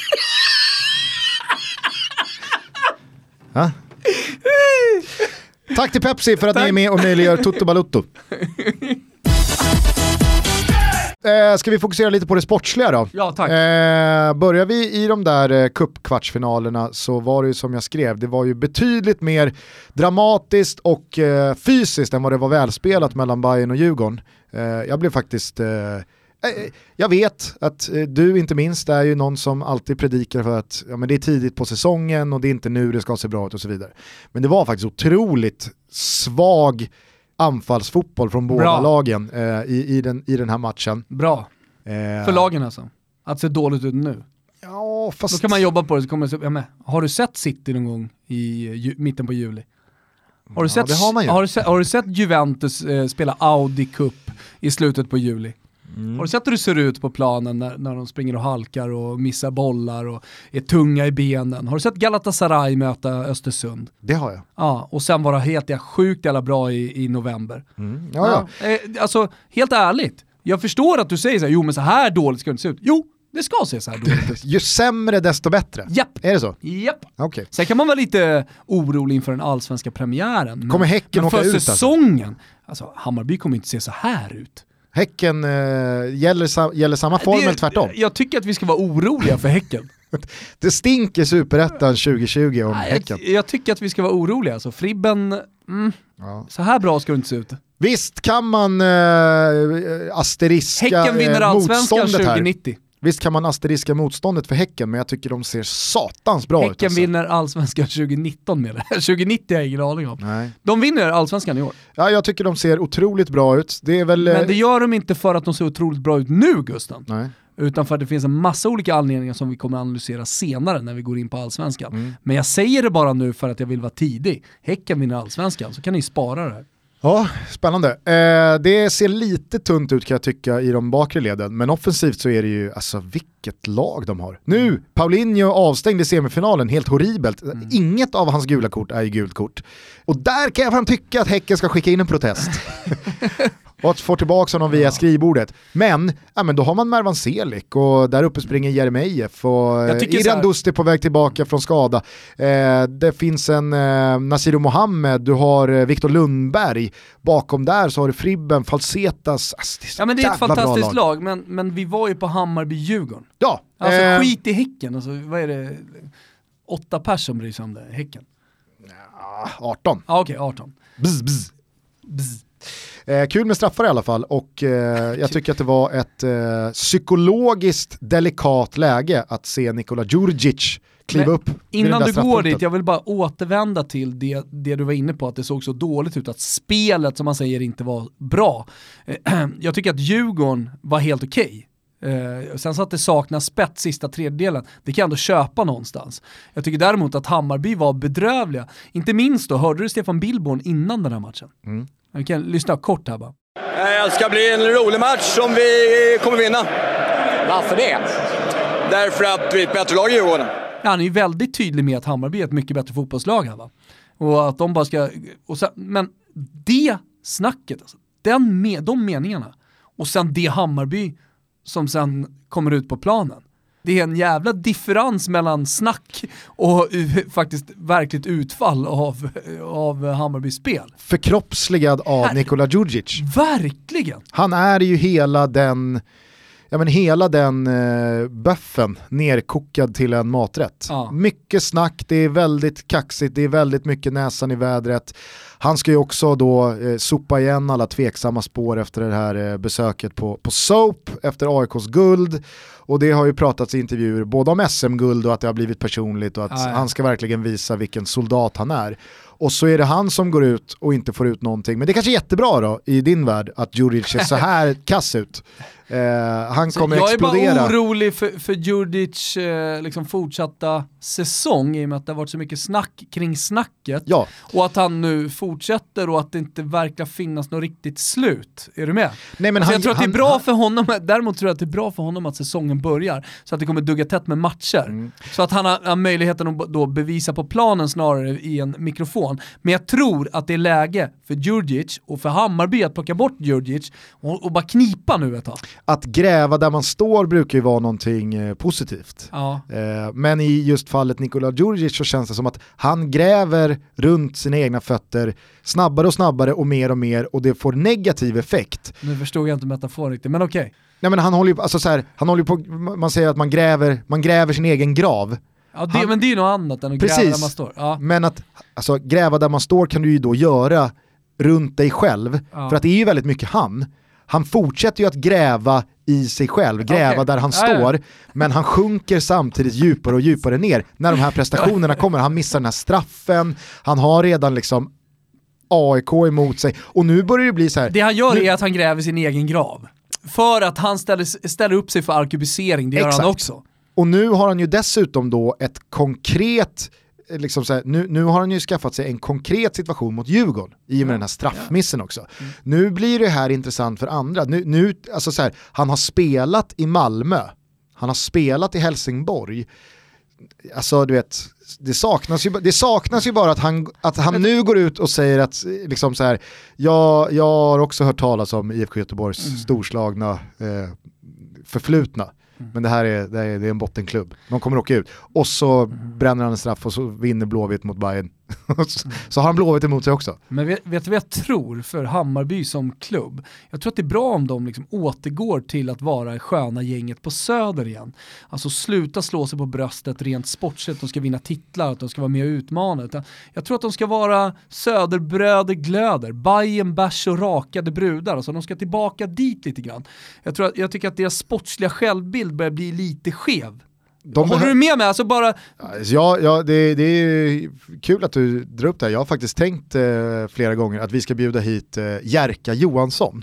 Ja? Tack till Pepsi för att Tack. ni är med och möjliggör Tutto Balutto. eh, ska vi fokusera lite på det sportsliga då? Ja, tack. Eh, börjar vi i de där eh, cupkvartsfinalerna så var det ju som jag skrev, det var ju betydligt mer dramatiskt och eh, fysiskt än vad det var välspelat mellan Bayern och Djurgården. Eh, jag blev faktiskt... Eh, Jag vet att du inte minst är ju någon som alltid predikar för att ja, men det är tidigt på säsongen och det är inte nu det ska se bra ut och så vidare. Men det var faktiskt otroligt svag anfallsfotboll från båda bra. lagen eh, i, i, den, i den här matchen. Bra. Eh. För lagen alltså. Att se dåligt ut nu. Ja, fast... Då kan man jobba på det. Så kommer det ja, men, har du sett City någon gång i ju, mitten på juli? Har du, sett, ja, det har, man ju. har, du, sett, har du sett Juventus eh, spela Audi Cup i slutet på juli? Mm. Har du sett hur det ser ut på planen när, när de springer och halkar och missar bollar och är tunga i benen? Har du sett Galatasaray möta Östersund? Det har jag. Ja, och sen var det helt ja, sjukt jävla bra i, i november. Mm. Ja, ja. Eh, alltså, helt ärligt. Jag förstår att du säger så här, jo men så här dåligt ska det inte se ut. Jo, det ska se så här dåligt ut. Ju sämre desto bättre. Japp. Är det så? Japp. Okay. Sen kan man vara lite orolig inför den allsvenska premiären. Kommer Häcken men åka för ut? säsongen, alltså? alltså Hammarby kommer inte se så här ut. Häcken äh, gäller, gäller samma form eller tvärtom? Jag tycker att vi ska vara oroliga för Häcken. Det stinker Superettan tjugo tjugo om Nej, Häcken. Jag, jag tycker att vi ska vara oroliga. Alltså, Fribben, mm, ja. Så här bra ska det inte se ut. Visst kan man äh, asteriska Häcken vinner äh, allsvenskan tjugo nittio. Visst kan man asteriska motståndet för Häcken, men jag tycker de ser satans bra Häcken ut. Häcken alltså. vinner allsvenskan tjugo nitton med det. tjugo nittio har jag ingen aning om. Nej. De vinner allsvenskan i år. Ja, jag tycker de ser otroligt bra ut. Det är väl, men det gör de inte för att de ser otroligt bra ut nu, Gusten. Nej. Utan för att det finns en massa olika anledningar som vi kommer att analysera senare när vi går in på allsvenskan. Mm. Men jag säger det bara nu för att jag vill vara tidig. Häcken vinner allsvenskan, så kan ni spara det här. Ja, spännande. Eh, det ser lite tunt ut kan jag tycka i de bakre leden, men offensivt så är det ju, alltså vilket lag de har. Nu, Paulinho avstängd i semifinalen, helt horribelt. Mm. Inget av hans gula kort är ju gult kort. Och där kan jag fan tycka att Häcken ska skicka in en protest. Och få tillbaka honom via ja. skrivbordet. Men, ja, men då har man Mervan Selik och där uppe springer Jeremejeff och Iran Dusti på väg tillbaka från skada. Eh, det finns en eh, Nasiru Mohammed, du har eh, Viktor Lundberg. Bakom där så har du Fribben, Falsetas. Alltså, det ja, men det är ett fantastiskt lag, lag men, men vi var ju på Hammarby-Djurgården. Ja. Alltså eh, skit i Häcken. Alltså, vad är det? Åtta pers som bryr sig om det, Häcken. Ja, arton. Ja, okej, okay, arton. Bzz, bzz. Bzz. Eh, kul med straffar i alla fall och eh, jag tycker att det var ett eh, psykologiskt delikat läge att se Nikola Djurdjic kliva Men upp. Innan du går dit, jag vill bara återvända till det, det du var inne på, att det såg så dåligt ut, att spelet som man säger inte var bra. Eh, jag tycker att Djurgården var helt okej. Uh, sen så att det saknas spets sista tredjedelen, det kan jag ändå köpa någonstans. Jag tycker däremot att Hammarby var bedrövliga. Inte minst då, hörde du Stefan Billborn innan den här matchen? Mm. Jag kan lyssna kort här bara. Det ska bli en rolig match som vi kommer vinna. Varför det? Därför att vi är ett bättre lag i Djurgården. Ja, han är ju väldigt tydlig med att Hammarby är ett mycket bättre fotbollslag här, va? Och att de bara ska... Och sen, men det snacket, alltså, den med, de meningarna, och sen det Hammarby som sen kommer ut på planen. Det är en jävla differens mellan snack och uh, faktiskt verkligt utfall av, av Hammarbys spel. Förkroppsligad av Her- Nikola Djurdjic. Verkligen. Han är ju hela den, ja men hela den uh, böffen nerkokad till en maträtt. Ja. Mycket snack, det är väldigt kaxigt, det är väldigt mycket näsan i vädret. Han ska ju också då eh, sopa igen alla tveksamma spår efter det här eh, besöket på, på Soap efter A I K:s guld. Och det har ju pratats i intervjuer både om S M-guld och att det har blivit personligt och att Aj. han ska verkligen visa vilken soldat han är. Och så är det han som går ut och inte får ut någonting. Men det är kanske är jättebra då i din värld att Djurdjic ser så här kass ut. Eh, han kommer jag explodera. Jag är bara orolig för, för Djurdjic eh, liksom fortsatta säsong i och med att det har varit så mycket snack kring snacket. Ja. Och att han nu fortsätter och att det inte verkar finnas något riktigt slut. Är du med? Nej, men alltså han, jag tror att han, det är bra han, för honom. Däremot tror jag att det är bra för honom att säsongen börjar. Så att det kommer dugga tätt med matcher. Mm. Så att han har, har möjligheten att då bevisa på planen snarare i en mikrofon. Men jag tror att det är läge för Djurdjic och för Hammarby att plocka bort Djurdjic och, och bara knipa nu ett tag. Att gräva där man står brukar ju vara någonting eh, positivt. Ja. Eh, men i just fallet Nikola Djurdjic så känns det som att han gräver runt sina egna fötter snabbare och snabbare och mer och mer och det får negativ effekt. Nu förstod jag inte metafor riktigt, men okej. Okay. Nej, men han håller ju alltså så här, han håller på, man säger att man gräver, man gräver sin egen grav. Ja, det, han, men det är ju något annat än att precis, gräva där man står. Ja. Men att alltså, gräva där man står kan du ju då göra runt dig själv. Ja. För att det är ju väldigt mycket han. Han fortsätter ju att gräva i sig själv, gräva okay. där han ja, står, ja. Men han sjunker samtidigt djupare och djupare ner när de här prestationerna kommer. Han missar den här straffen, han har redan liksom A I K emot sig och nu börjar det bli så här. Det han gör nu, är att han gräver sin egen grav. För att han ställer, ställer upp sig för arkebusering, det gör exakt. Han också. Och nu har han ju dessutom då ett konkret, liksom så här, nu, nu har han ju skaffat sig en konkret situation mot Djurgården i och med ja. Den här straffmissen också. Mm. Nu blir det här intressant för andra. Nu, nu, alltså så här, han har spelat i Malmö, han har spelat i Helsingborg. Alltså du vet, det saknas ju, det saknas ju bara att han, att han nu går ut och säger att liksom så här, jag, jag har också hört talas om I F K Göteborgs mm. storslagna eh, förflutna. Mm. Men det här är, det är, det är en bottenklubb. De kommer åka ut. Och så mm. bränner han en straff och så vinner Blåvitt mot Bayern. så, mm. så har han Blåvitt emot sig också. Men vet, vet du vad jag tror för Hammarby som klubb? Jag tror att det är bra om de liksom återgår till att vara sköna gänget på Söder igen. Alltså sluta slå sig på bröstet rent sportsligt. De ska vinna titlar, att de ska vara med och utmana. Jag tror att de ska vara söderbröder glöder. Bayern, bärs och rakade brudar. Alltså de ska tillbaka dit lite grann. Jag, tror att, jag tycker att deras sportsliga självbild börjar bli lite skev. De Håller du med mig? Alltså bara... Ja, ja det, det är kul att du drar upp det här. Jag har faktiskt tänkt eh, flera gånger att vi ska bjuda hit eh, Jerka Johansson.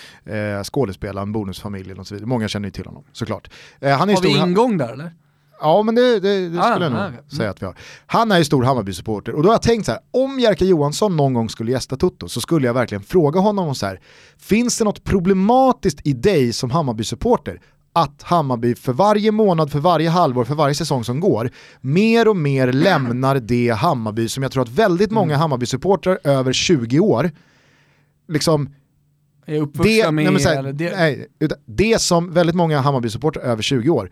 Eh, skådespelaren, Bonusfamiljen och så vidare. Många känner ju till honom, såklart. Eh, han är har stor, vi ingång där eller? Ja, men det, det, det ah, skulle jag nog ah, säga mm. att vi har. Han är ju stor Hammarby-supporter och då har jag tänkt så här, om Jerka Johansson någon gång skulle gästa Toto så skulle jag verkligen fråga honom så här, finns det något problematiskt i dig som Hammarby-supporter att Hammarby för varje månad, för varje halvår, för varje säsong som går mer och mer lämnar det Hammarby som jag tror att väldigt många mm. Hammarby-supportrar över tjugo år liksom är uppvuxna med, nej, här, eller det... Nej, det som väldigt många Hammarby-supportrar över tjugo år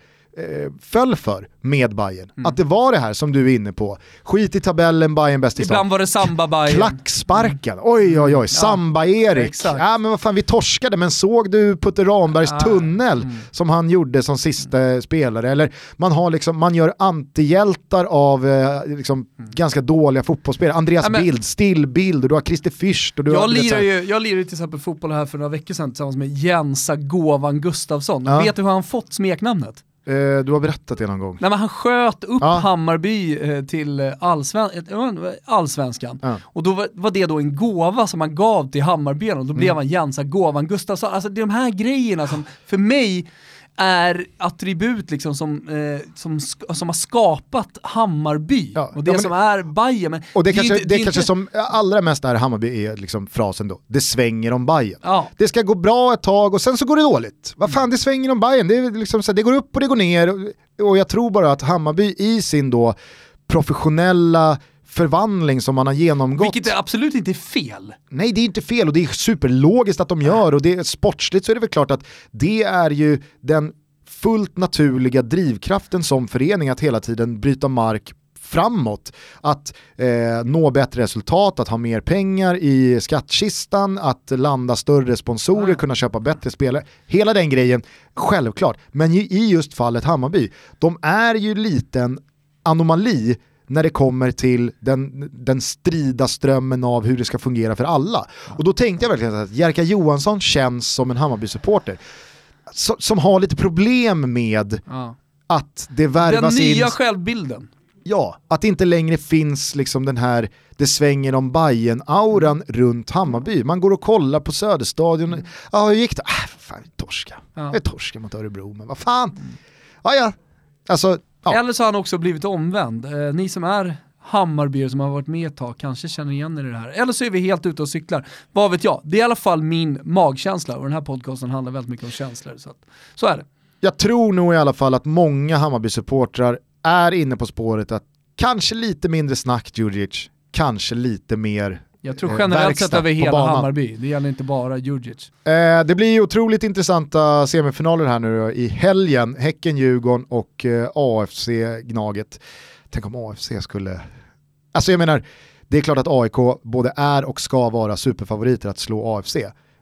föll för med Bayern. Mm. Att det var det här som du är inne på. Skit i tabellen, Bayern bäst i stan. Ibland var det samba Bayern. Klacksparken. Mm. Oj, oj, oj. Samba-Erik. Ja, ja, men vad fan, vi torskade. Men såg du Putte Rambergs ah. tunnel mm. som han gjorde som sista mm. spelare? Eller man har liksom, man gör antihjältar av eh, liksom mm. ganska dåliga fotbollsspelare. Andreas ja, men... Bild, stillbild och du har Christer Fürst. Och du jag, har, lirar ju, jag lirar ju till exempel fotboll här för några veckor sedan tillsammans med Jensa Gåvan Gustafsson. Ja. Vet du hur han fått smeknamnet? Du har berättat det någon gång. Nej, men han sköt upp ja. Hammarby eh, till allsven- allsvenskan. Ja. Och då var, var det då en gåva som han gav till Hammarby och då blev mm. han Jensa Gåvan Gustafsson. Alltså det är de här grejerna som för mig är attribut liksom som, eh, som, sk- som har skapat Hammarby ja. Och det ja, men, som är Bayern. Men och det, det kanske, inte, det det kanske inte... som allra mest är Hammarby är liksom frasen då. Det svänger om Bayern. Ja. Det ska gå bra ett tag och sen så går det dåligt. Vad fan, det svänger om Bayern. Det, är liksom så, det går upp och det går ner. Och, och jag tror bara att Hammarby i sin då professionella förvandling som man har genomgått. Vilket är absolut inte fel. Nej, det är inte fel och det är superlogiskt att de gör och det är sportsligt så är det väl klart att det är ju den fullt naturliga drivkraften som förening att hela tiden bryta mark framåt, att eh, nå bättre resultat, att ha mer pengar i skattkistan, att landa större sponsorer, mm. kunna köpa bättre spelare. Hela den grejen, självklart. Men i just fallet Hammarby, de är ju liten anomali när det kommer till den, den strida strömmen av hur det ska fungera för alla. Och då tänkte jag verkligen att Jerka Johansson känns som en Hammarby-supporter som, som har lite problem med ja. Att det värvas in... Den nya in... självbilden. Ja, att det inte längre finns liksom den här, det svänger om Bayern-auran runt Hammarby. Man går och kollar på Söderstadion. Ja, ah, hur gick det? Ah, fan, vi torska. Ja. Vi torska mot Örebro, men vad fan? Mm. Ah, ja, alltså... Ja. Eller så har han också blivit omvänd. Eh, ni som är Hammarbyr som har varit med ett tag kanske känner igen er i det här. Eller så är vi helt ute och cyklar. Vad vet jag? Det är i alla fall min magkänsla och den här podcasten handlar väldigt mycket om känslor. Så, att, så är det. Jag tror nog i alla fall att många Hammarby-supportrar är inne på spåret att kanske lite mindre snack Djurdjic, kanske lite mer jag tror generellt sett över hela banan. Hammarby. Det gäller inte bara Djurdjic. Eh, det blir ju otroligt intressanta semifinaler här nu då, i helgen. Häcken, Djurgården och eh, A F C Gnaget. Tänk om A F C skulle... Alltså jag menar, det är klart att A I K både är och ska vara superfavoriter att slå A F C.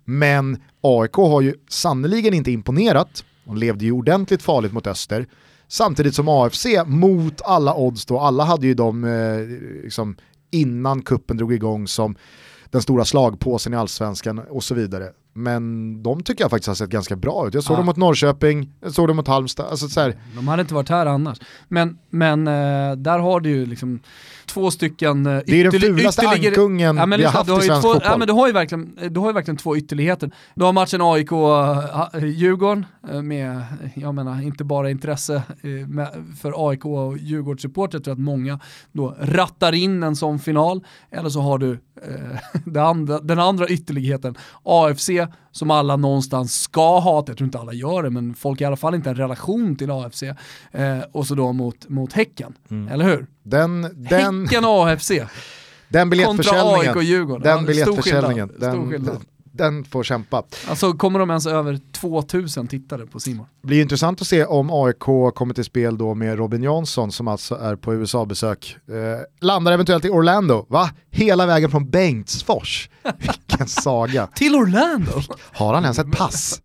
Men A I K har ju sannoliken inte imponerat. De levde ju ordentligt farligt mot Öster. Samtidigt som A F C mot alla odds då, alla hade ju de eh, liksom, innan kuppen drog igång som den stora slagpåsen i Allsvenskan och så vidare. Men de tycker jag faktiskt har sett ganska bra ut. Jag såg ja. dem mot Norrköping, jag såg dem mot Halmstad. Alltså, så här. De hade inte varit här annars. Men, men eh, där har du ju liksom två stycken eh, det är den fulaste ankungen ja, men vi har haft i svensk två, fotboll. Ja, men du har ju verkligen, du har ju verkligen två ytterligheter. Du har matchen A I K-Djurgården uh, med, jag menar, inte bara intresse uh, med, för A I K och Djurgårdssupporter. Jag tror att många då rattar in en sån final. Eller så har du uh, det andra, den andra ytterligheten, A F C, som alla någonstans ska ha. Jag tror inte alla gör det, men folk i alla fall inte en relation till A F C. Uh, och så då mot, mot Häcken, mm. eller hur? Den, den, Häcken A F C den biljettförsäljningen, kontra A I K Djurgården. Den ja, biljettförsäljningen, stor skillnad. den, Stor skillnad. den får kämpa. Alltså kommer de ens över tvåtusen tittare på Simon? Det blir intressant att se om A I K kommer till spel då med Robin Jansson som alltså är på U S A-besök. Eh, landar eventuellt i Orlando, va? Hela vägen från Bengtsfors. Vilken saga. Till Orlando? Har han ens ett pass?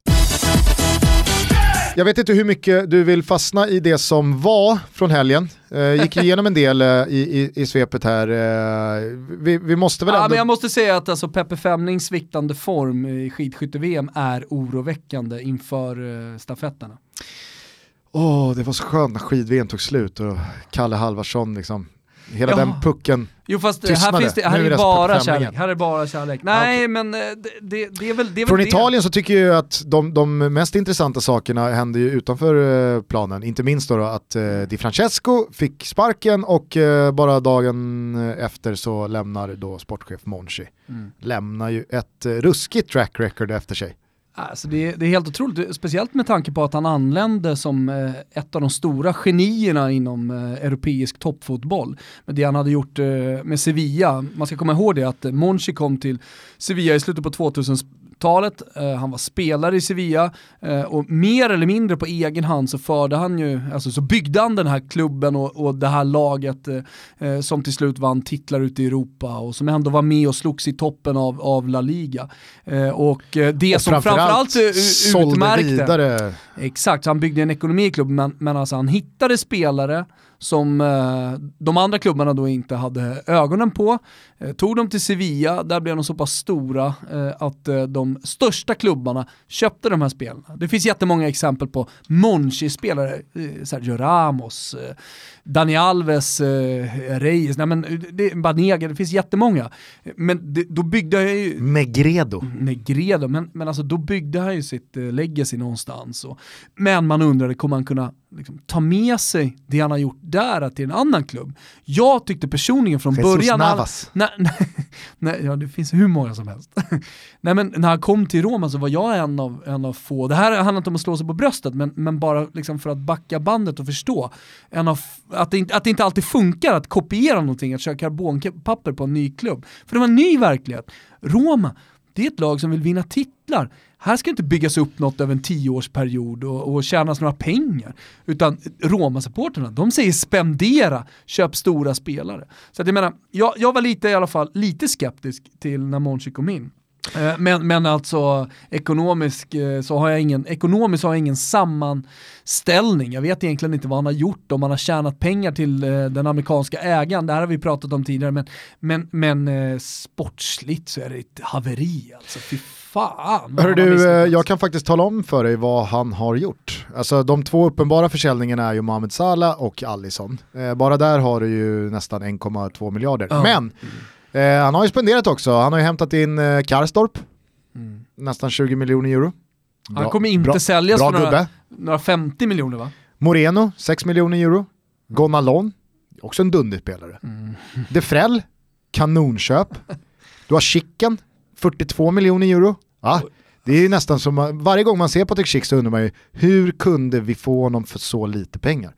Jag vet inte hur mycket du vill fastna i det som var från helgen. Eh, gick igenom en del eh, i, i, i svepet här. Eh, vi, vi måste väl ändå... Ja, men jag måste säga att alltså, Peppe Femnings sviktande form i skidskytte-V M är oroväckande inför eh, stafetterna. Åh, oh, det var så skönt när skid-V M tog slut och Kalle Halvarsson liksom... Hela ja. den pucken jo, fast tystnade. Här, finns det, här, är, är bara kärlek. här är bara kärlek. Nej, okay. men det, det, det är väl det är Från väl Italien det. Så tycker jag att de, de mest intressanta sakerna händer ju utanför planen. Inte minst då, då att eh, Di Francesco fick sparken och eh, bara dagen efter så lämnar då sportchef Monchi. Mm. Lämnar ju ett eh, ruskigt track record efter sig. Alltså det, det är helt otroligt, speciellt med tanke på att han anlände som eh, ett av de stora genierna inom eh, europeisk toppfotboll. Men det han hade gjort eh, med Sevilla, man ska komma ihåg det att eh, Monchi kom till Sevilla i slutet på tvåtusentalet, eh, han var spelare i Sevilla eh, och mer eller mindre på egen hand så förde han ju, alltså så byggde han den här klubben och, och det här laget eh, som till slut vann titlar ute i Europa och som ändå var med och slogs i toppen av, av La Liga. Eh, och eh, det och som framförallt Allt utmärkte. Vidare. Exakt, så han byggde en ekonomi i klubben men, men alltså han hittade spelare som eh, de andra klubbarna då inte hade ögonen på. Eh, tog dem till Sevilla, där blev de så pass stora eh, att eh, de största klubbarna köpte de här spelarna. Det finns jättemånga exempel på Monchi-spelare, eh, Sergio Ramos, eh, Dani Alves, eh, Reyes, nej men det, Banega, det finns jättemånga. Men det, då byggde jag ju... Negredo. Negredo, men, men alltså då byggde han ju sitt eh, legacy någonstans. Och, men man undrade, kommer han kunna liksom, ta med sig det han har gjort där till en annan klubb? Jag tyckte personligen från Jesus början... Navas. Nej, nej, nej, ja, det finns hur många som helst. Nej, men när han kom till Roma så var jag en av, en av få. Det här handlar inte om att slå sig på bröstet, men, men bara liksom för att backa bandet och förstå en av, att, det inte, att det inte alltid funkar att kopiera någonting, att köra karbonpapper på en ny klubb. För det var en ny verklighet. Roma, det är ett lag som vill vinna titlar. Här ska inte byggas upp något över en tioårsperiod och, och tjänas några pengar. Utan Roma-supporterna, de säger spendera, köp stora spelare. Så att jag menar, jag, jag var lite i alla fall lite skeptisk till när Monchi kom in. Men, men alltså ekonomisk så har jag ingen ekonomiskt har jag ingen sammanställning. Jag vet egentligen inte vad han har gjort, om han har tjänat pengar till den amerikanska ägaren. Det här har vi pratat om tidigare, men, men, men sportsligt så är det ett haveri alltså. Fy fan. Hör du, jag kan faktiskt tala om för dig vad han har gjort. Alltså de två uppenbara försäljningarna är ju Mohamed Salah och Alisson. Bara där har du ju nästan en komma två miljarder. Ja. Men mm. Eh, han har ju spenderat också. Han har ju hämtat in eh, Karstorp. Mm. Nästan tjugo miljoner euro. Bra, han kommer inte bra, säljas bra för några, några femtio miljoner va? Moreno, sex miljoner euro. Mm. Gonalon, också en dunderspelare. Mm. Defrell, kanonköp. Du har Chicken, fyrtiotvå miljoner euro. Ja, det är nästan som, varje gång man ser Patrik Schick så undrar man ju, hur kunde vi få honom för så lite pengar?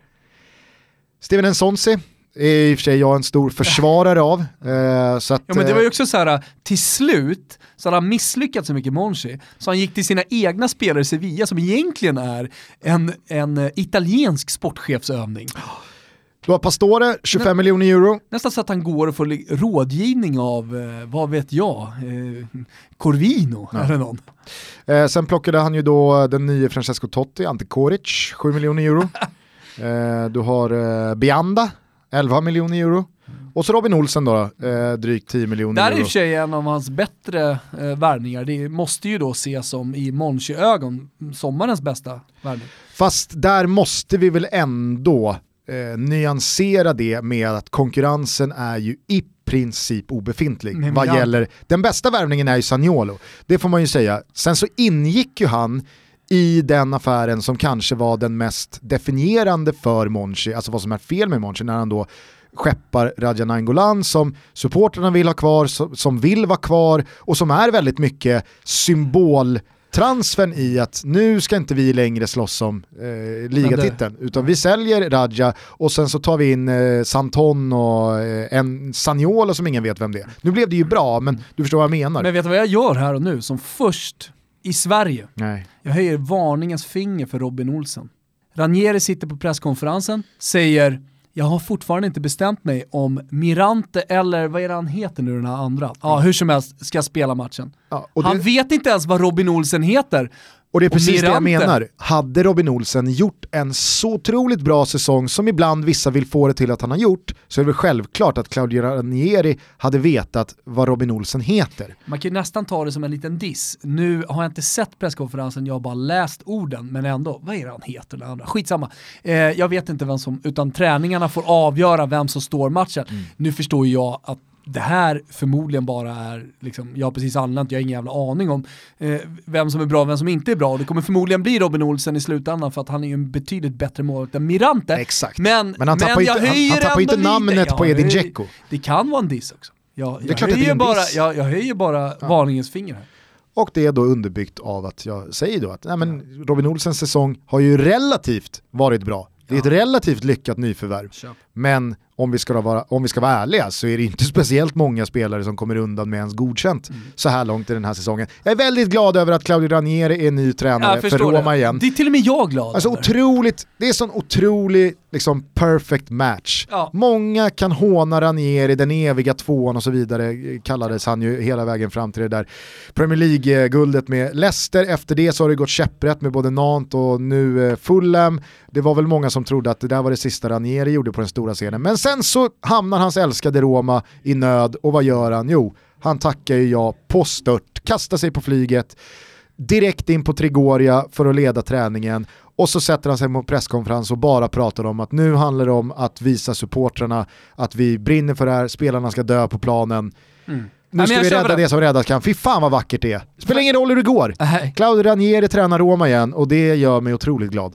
Steven Nsonsi är i och för sig jag en stor försvarare av. Eh, så att, ja, men det var ju också så här, till slut så hade han misslyckats så mycket Monchi, så han gick till sina egna spelare i Sevilla som egentligen är en, en italiensk sportchefsövning. Du har Pastore, tjugofem miljoner euro. Nästan så att han går och får rådgivning av, eh, vad vet jag, eh, Corvino ja. eller någon. Eh, sen plockade han ju då den nya Francesco Totti, Ante Koric, sju miljoner euro. eh, du har eh, Bianda, elva miljoner euro. Och så Robin Olsen då, eh, drygt tio miljoner euro. Där är i och för sig en av hans bättre eh, värvningar. Det måste ju då ses som i Monchi-ögon sommarens bästa värvning. Fast där måste vi väl ändå eh, nyansera det med att konkurrensen är ju i princip obefintlig. Men vad ja. gäller, den bästa värvningen är ju Zaniolo. Det får man ju säga. Sen så ingick ju han i den affären som kanske var den mest definierande för Monchi, alltså vad som är fel med Monchi, när han då skeppar Radja Nainggolan som supporterna vill ha kvar, som, som vill vara kvar och som är väldigt mycket symboltransfern i att nu ska inte vi längre slåss om eh, ligatiteln, utan vi säljer Radja och sen så tar vi in eh, Santon och eh, en Zaniolo som ingen vet vem det är. Nu blev det ju bra, men du förstår vad jag menar. Men vet du vad jag gör här och nu som först i Sverige? Nej. Jag höjer varningens finger för Robin Olsen. Ranieri sitter på presskonferensen, säger: jag har fortfarande inte bestämt mig om Mirante eller vad är det han heter nu, den här andra. Ja, hur som helst ska spela matchen. Ja, och han det... vet inte ens vad Robin Olsen heter. Och det är precis Mirante. det jag menar. Hade Robin Olsen gjort en så otroligt bra säsong som ibland vissa vill få det till att han har gjort, så är det väl självklart att Claudio Ranieri hade vetat vad Robin Olsen heter. Man kan ju nästan ta det som en liten diss. Nu har jag inte sett presskonferensen, jag har bara läst orden, men ändå, vad är det han heter? Den andra? Skitsamma. Eh, jag vet inte vem som, utan träningarna får avgöra vem som står matchen. Mm. Nu förstår jag att det här förmodligen bara är, liksom, jag har precis anlänt, jag har ingen jävla aning om eh, vem som är bra och vem som inte är bra. Och det kommer förmodligen bli Robin Olsen i slutändan för att han är ju en betydligt bättre målvakt än Mirante. Exakt. Men, men han tappar men inte, han, han tappar inte namnet ja, på Edin Dzeko. Det kan vara en diss också. Jag, det är klart höjer, att det är en bara, diss. jag, jag höjer bara ja. varningens finger här. Och det är då underbyggt av att jag säger då att nej, men Robin Olsens säsong har ju relativt varit bra. Det är ett relativt lyckat nyförvärv. Köp. Men om vi, ska vara, om vi ska vara ärliga så är det inte speciellt många spelare som kommer undan med ens godkänt mm. så här långt i den här säsongen. Jag är väldigt glad över att Claudio Ranieri är ny tränare för Roma det. igen. Det är till och med jag glad alltså över. Otroligt, det är sån otrolig liksom perfect match. Ja. Många kan håna Ranieri, den eviga tvåan och så vidare kallades han ju hela vägen fram till det där Premier League-guldet med Leicester. Efter det så har det gått käpprätt med både Nantes och nu Fulham. Det var väl många som trodde att det där var det sista Ranieri gjorde på den stora scenen. Men sen så hamnar hans älskade Roma i nöd och vad gör han? Jo, han tackar ju ja på stört, kastar sig på flyget direkt in på Trigoria för att leda träningen och så sätter han sig på presskonferens och bara pratar om att nu handlar det om att visa supportrarna att vi brinner för det här, spelarna ska dö på planen. Mm. Nu ska vi rädda det. det som räddas kan. Fy fan vad vackert det är. Spelar ingen roll hur det går. Nej. Claudio Ranieri tränar Roma igen och det gör mig otroligt glad.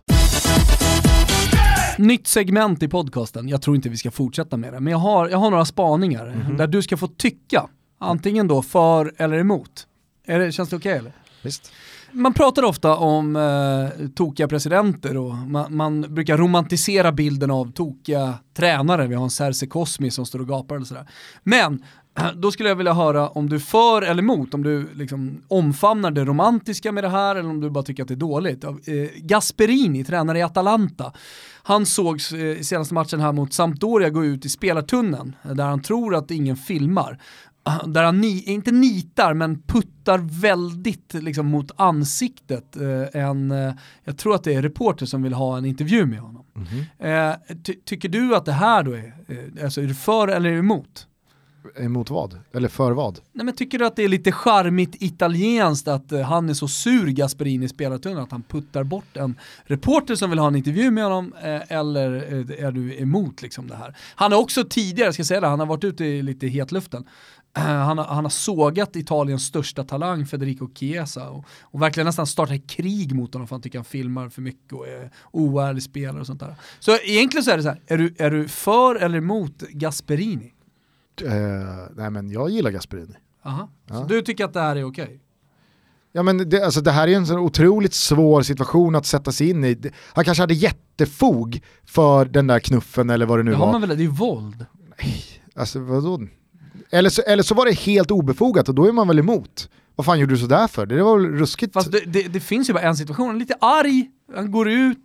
Nytt segment i podcasten. Jag tror inte vi ska fortsätta med det. Men jag har, jag har några spaningar mm-hmm. där du ska få tycka. Antingen då för eller emot. Är det, känns det okej okay, eller? Visst. Man pratar ofta om eh, tokiga presidenter och man, man brukar romantisera bilden av tokiga tränare. Vi har en Serse Cosmi som står och gapar eller sådär. Men då skulle jag vilja höra om du för eller emot, om du liksom omfamnar det romantiska med det här eller om du bara tycker att det är dåligt. Eh, Gasperini, tränare i Atalanta, han sågs eh, i senaste matchen här mot Sampdoria gå ut i spelartunneln där han tror att ingen filmar. Där han ni, inte nitar men puttar väldigt liksom, mot ansiktet. Eh, en, eh, jag tror att det är reporter som vill ha en intervju med honom. Mm-hmm. Eh, ty- tycker du att det här då är, eh, alltså är du för eller är du emot? Emot vad? Eller för vad? Nej, men tycker du att det är lite charmigt italienskt att uh, han är så sur Gasperini i spelartunneln att han puttar bort en reporter som vill ha en intervju med honom eh, eller eh, är du emot liksom det här? Han har också tidigare, ska jag säga det, han har varit ute i lite hetluften. Uh, han, har, han har sågat Italiens största talang Federico Chiesa och, och verkligen nästan startat krig mot honom för han tycker han filmar för mycket och är oärlig spelare och sånt där. Så egentligen så är det så här, är du, är du för eller emot Gasperini? Uh, nej men jag gillar Gasperini. Aha. Ja. Så du tycker att det här är okej? Okay? Ja men det, alltså det här är en så otroligt svår situation att sätta sig in i. Han kanske hade jättefog för den där knuffen eller vad det nu det var. Har man väl, det är ju våld. Nej, alltså vadå? Eller så, eller så var det helt obefogat och då är man väl emot. Vad fan gjorde du så där för? Det var väl ruskigt. Fast det, det, det finns ju bara en situation, han är lite arg, han går ut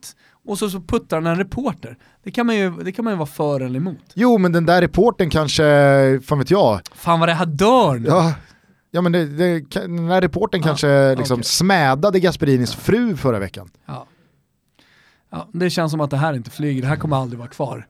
och så, så puttar han en reporter. Det kan, man ju, det kan man ju vara för eller emot. Jo, men den där reporten kanske, fan vet jag. Fan vad det här dör nu. Ja, ja men det, det, den där reporten ja, kanske liksom okay. smädade Gasperinis ja. fru förra veckan. Ja. Ja, det känns som att det här inte flyger. Det här kommer aldrig vara kvar.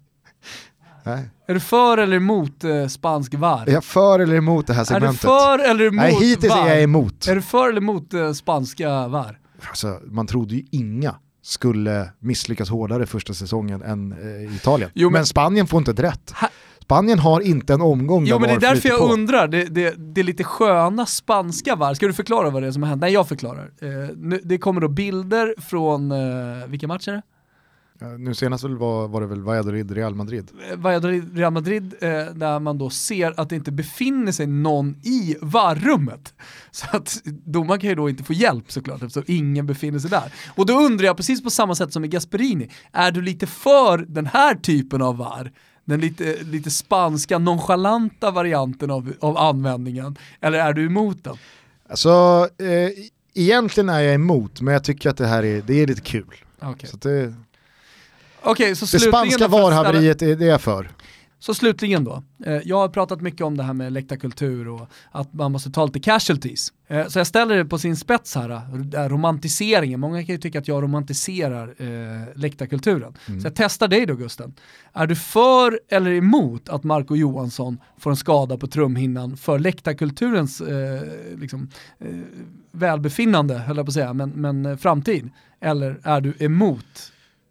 Nej. Är du för eller emot eh, spansk V A R? Är jag för eller emot det här segmentet? Är du för eller emot Nej, hittills V A R? är jag emot. Är du för eller emot eh, spanska V A R? Alltså, man trodde ju inga skulle misslyckas hårdare första säsongen än eh, Italien. Jo, men, men Spanien får inte ett rätt. Ha- Spanien har inte en omgång. Jo, men det är därför jag på. undrar. Det, det, det är lite sköna spanska V A R. Ska du förklara vad det är som har hänt? Nej, jag förklarar. Eh, nu, det kommer då bilder från, eh, vilka matcher är det? Nu senast var, var det väl Valladolid, Real Madrid. Valladolid, Real Madrid, eh, där man då ser att det inte befinner sig någon i V A R-rummet. Så att domaren kan ju då inte få hjälp såklart, eftersom ingen befinner sig där. Och då undrar jag, precis på samma sätt som med Gasperini, är du lite för den här typen av V A R? Den lite, lite spanska, nonchalanta varianten av, av användningen? Eller är du emot den? Alltså, eh, egentligen är jag emot, men jag tycker att det här är, det är lite kul. Okay. Så det... Okay, så det spanska V A R-haveriet är det jag för. Så slutligen då, eh, jag har pratat mycket om det här med läktarkultur och att man måste ta lite casualties. Eh, så jag ställer det på sin spets här, äh, romantiseringen. Många kan ju tycka att jag romantiserar eh, läktarkulturen. Mm. Så jag testar dig då, Gusten. Är du för eller emot att Marco Johansson får en skada på trumhinnan för läktarkulturens eh, liksom, eh, välbefinnande, höll jag på att säga, men, men framtid? Eller är du emot?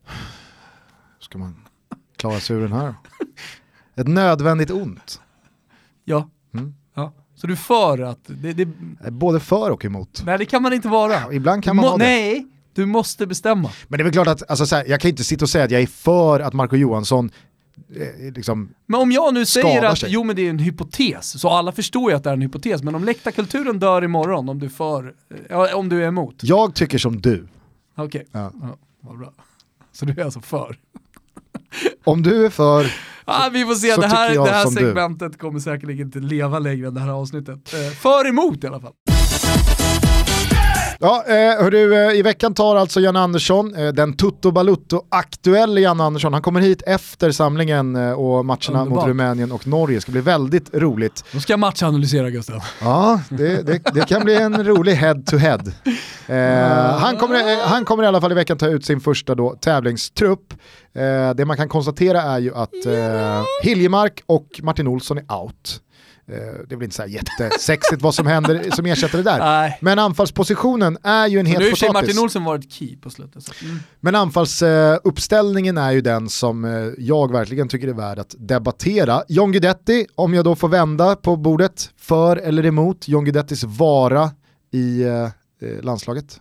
Ska man klara sig ur den här? Ett nödvändigt ont. Ja. Mm. Ja. Så du är för att... Det, det... Både för och emot. Nej, det kan man inte vara. Ja, ibland kan man Må- ha det. Nej, du måste bestämma. Men det är väl klart att, alltså, så här, jag kan inte sitta och säga att jag är för att Marco Johansson eh, liksom men om jag nu säger att, sig. jo men det är en hypotes, så alla förstår ju att det är en hypotes, men om läktarkulturen dör imorgon, om du är för, ja, om du är emot. Jag tycker som du. Okej, okay. Ja. Ja, vad bra. Så du är alltså för? Om du är för... Ah, vi får se, det här, det här segmentet du. kommer säkerligen inte leva längre än det här avsnittet. Eh, för emot i alla fall. Ja, eh, hörru, eh, i veckan tar alltså Jan Andersson, eh, den Tutto Balutto-aktuella Jan Andersson, han kommer hit efter samlingen eh, och matcherna Underbart. mot Rumänien och Norge. Det ska bli väldigt roligt. Då ska jag matchanalysera, Gustav. Ja, det, det, det kan bli en rolig head-to-head. Eh, han, kommer, eh, han kommer i alla fall i veckan ta ut sin första då, tävlingstrupp. Eh, det man kan konstatera är ju att eh, Hiljemark och Martin Olsson är out. Det är väl inte så här jättesexigt vad som händer som ersätter det där. Nej. Men anfallspositionen är ju en het potatis. Nu har Martin Olsson varit key på slutet. Så. Mm. Men anfallsuppställningen är ju den som jag verkligen tycker är värd att debattera. John Guidetti, om jag då får vända på bordet, för eller emot John Guidettis vara i eh, landslaget?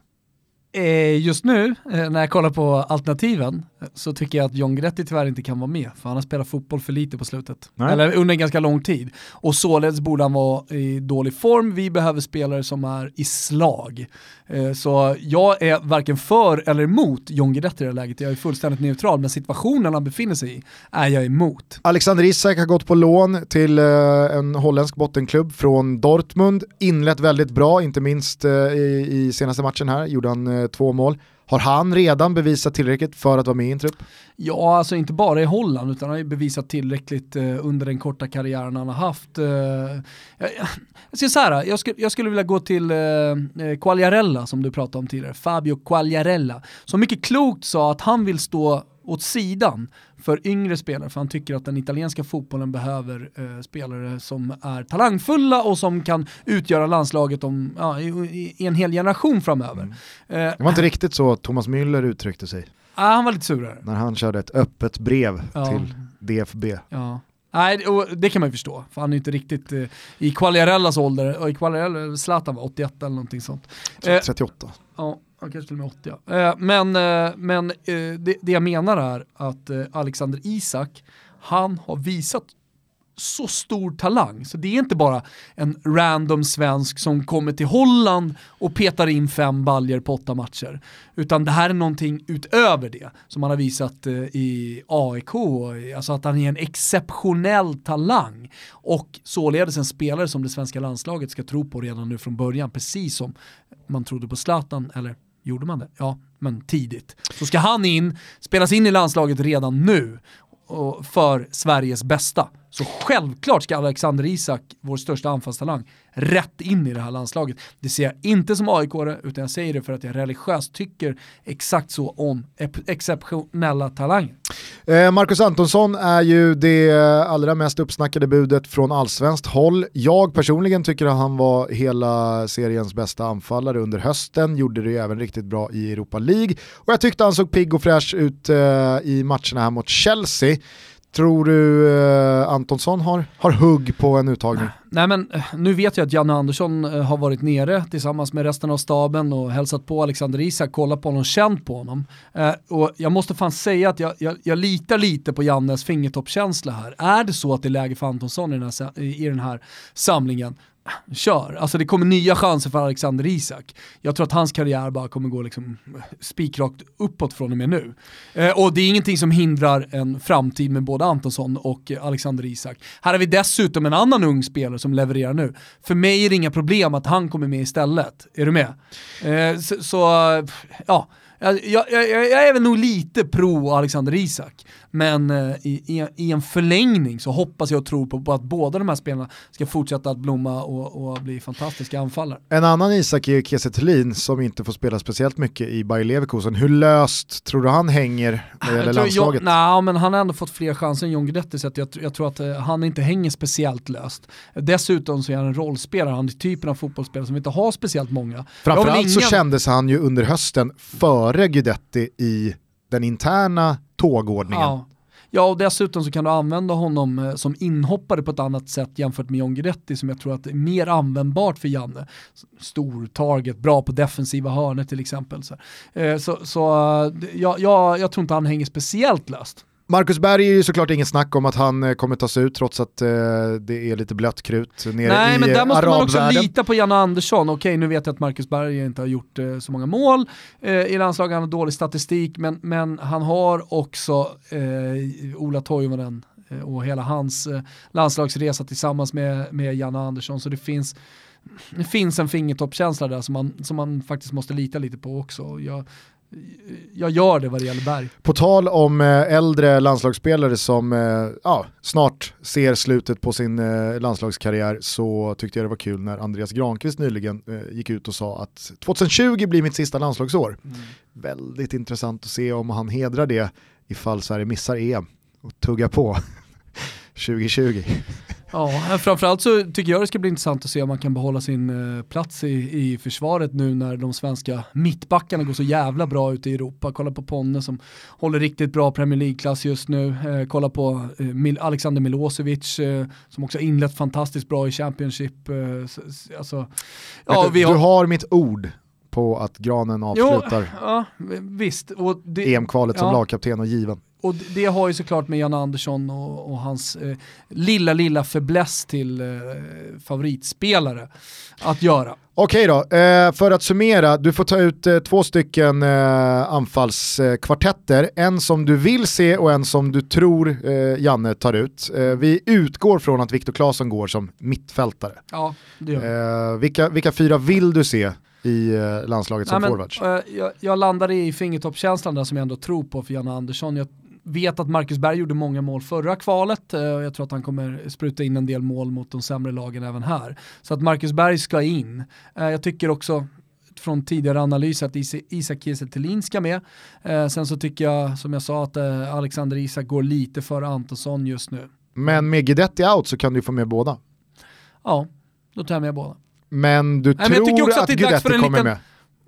Just nu, när jag kollar på alternativen, så tycker jag att John Guidetti tyvärr inte kan vara med, för han har spelat fotboll för lite på slutet. Nej. Eller under en ganska lång tid. Och således borde han vara i dålig form. Vi behöver spelare som är i slag. Så jag är varken för eller emot John Guidetti i det här läget. Jag är fullständigt neutral, men situationen han befinner sig i är jag emot. Alexander Isak har gått på lån till en holländsk bottenklubb från Dortmund. Inlett väldigt bra, inte minst i, i senaste matchen här. Gjorde han två mål. Har han redan bevisat tillräckligt för att vara med i en trupp? Ja, alltså inte bara i Holland, utan han har ju bevisat tillräckligt eh, under den korta karriären han har haft. Eh, jag, jag, ska så här, jag, skulle, jag skulle vilja gå till eh, Quagliarella som du pratade om tidigare, Fabio Quagliarella, som mycket klokt sa att han vill stå åt sidan för yngre spelare, för han tycker att den italienska fotbollen behöver eh, spelare som är talangfulla och som kan utgöra landslaget om, ja, i, i en hel generation framöver. Mm. Eh, det var inte riktigt så Thomas Müller uttryckte sig. Ja, han var lite surare. När han körde ett öppet brev ja. till D F B. Ja. Nej, och det kan man ju förstå, för han är inte riktigt eh, i Quagliarellas ålder, och i Quagliarella, Zlatan var åttioett eller någonting sånt. Eh, trettioåtta. Ja. Kanske till och med åttio. Eh, men eh, men eh, det, det jag menar är att eh, Alexander Isak, han har visat så stor talang. Så det är inte bara en random svensk som kommer till Holland och petar in fem baljer på åtta matcher. Utan det här är någonting utöver det som han har visat eh, i A I K. Alltså att han är en exceptionell talang. Och således en spelare som det svenska landslaget ska tro på redan nu från början. Precis som man trodde på Zlatan, eller Gjorde man det? Ja, men tidigt. Så ska han in, spelas in i landslaget redan nu och för Sveriges bästa. Så självklart ska Alexander Isak, vår största anfallstalang, rätt in i det här landslaget. Det ser jag inte som A I K-are, utan jag säger det för att jag religiöst tycker exakt så om exceptionella talanger. Eh, Marcus Antonsson är ju det allra mest uppsnackade budet från allsvenskt håll. Jag personligen tycker att han var hela seriens bästa anfallare under hösten, gjorde det ju även riktigt bra i Europa League. Och jag tyckte han såg pigg och fräsch ut eh, i matcherna här mot Chelsea. Tror du eh, Antonsson har, har hugg på en uttagning? Nej, men nu vet jag att Janne Andersson eh, har varit nere tillsammans med resten av staben och hälsat på Alexander Isak, kollat på honom, känt på honom. Eh, och jag måste fan säga att jag, jag, jag litar lite på Jannes fingertoppkänsla här. Är det så att det är läge för Antonsson i den här, i den här samlingen? Kör. Alltså det kommer nya chanser för Alexander Isak. Jag tror att hans karriär bara kommer gå liksom spikrakt uppåt från och med nu. Eh, och det är ingenting som hindrar en framtid med både Antonsson och Alexander Isak. Här har vi dessutom en annan ung spelare som levererar nu. För mig är det inga problem att han kommer med istället. Är du med? Eh, så, så ja. Jag, jag, jag, jag är väl nog lite pro Alexander Isak, men eh, i, i en förlängning så hoppas jag och tror på, på att båda de här spelarna ska fortsätta att blomma och, och bli fantastiska anfallare. En annan Isak är Kiese Thelin som inte får spela speciellt mycket i Bayer Leverkusen. Hur löst tror du han hänger vad gäller landslaget? Nej, men han har ändå fått fler chanser än John Guidetti, så att jag, jag tror att eh, han inte hänger speciellt löst. Dessutom så är han en rollspelare, han är typen av fotbollsspelare som inte har speciellt många. Framförallt ingen... så kändes han ju under hösten för Guidetti i den interna tågordningen. Ja. ja, och dessutom så kan du använda honom eh, som inhoppare på ett annat sätt jämfört med John Guidetti, som jag tror att är mer användbart för Janne. Stor target, bra på defensiva hörner till exempel. Så, eh, så, så eh, ja, ja, jag tror inte han hänger speciellt löst. Marcus Berg är ju såklart ingen snack om att han kommer tas ut trots att eh, det är lite blött krut nere Nej, i men där måste man arabvärlden. också lita på Janne Andersson. Okej, nu vet jag att Marcus Berg inte har gjort eh, så många mål eh, i landslaget, han har dålig statistik, men, men han har också eh, Ola Toivonen eh, och hela hans eh, landslagsresa tillsammans med, med Janne Andersson, så det finns det finns en fingertoppkänsla där som man, som man faktiskt måste lita lite på också. Jag Jag gör det vad det gäller Berg. På tal om eh, äldre landslagsspelare som eh, ja, snart ser slutet på sin eh, landslagskarriär, så tyckte jag det var kul när Andreas Granqvist nyligen eh, gick ut och sa att tjugohundratjugo blir mitt sista landslagsår. Mm. Väldigt intressant att se om han hedrar det ifall Sverige missar E M och tuggar på tjugohundratjugo. Ja, framförallt så tycker jag det ska bli intressant att se om man kan behålla sin eh, plats i, i försvaret nu när de svenska mittbackarna går så jävla bra ute i Europa. Kolla på Ponne som håller riktigt bra Premier League-klass just nu. Eh, kolla på eh, Mil- Alexander Milosevic eh, som också inlett fantastiskt bra i Championship. Eh, så, alltså, ja, du, vi har... du har mitt ord på att Granen avslutar jo, ja, visst. Och det, E M-kvalet som ja. lagkapten och given. Och det har ju såklart med Jan Andersson och, och hans eh, lilla, lilla fäbless till eh, favoritspelare att göra. Okej då, eh, för att summera, du får ta ut eh, två stycken eh, anfallskvartetter. En som du vill se och en som du tror eh, Janne tar ut. Eh, vi utgår från att Viktor Claesson går som mittfältare. Ja, det gör eh, vilka, vilka fyra vill du se i eh, landslaget som Nej, men, forwards? Eh, jag, jag landar i fingertoppkänslan där som jag ändå tror på för Janne Andersson. Jag vet att Marcus Berg gjorde många mål förra kvalet och jag tror att han kommer spruta in en del mål mot de sämre lagen även här. Så att Marcus Berg ska in. Jag tycker också från tidigare analys att Isak Kiese Thelin ska med. Sen så tycker jag, som jag sa, att Alexander Isak går lite för Antonsson just nu. Men med Guidetti out så kan du få med båda. Ja, då tar jag med båda. Men du Nej, tror men att, att, att Guidetti kommer liten... med?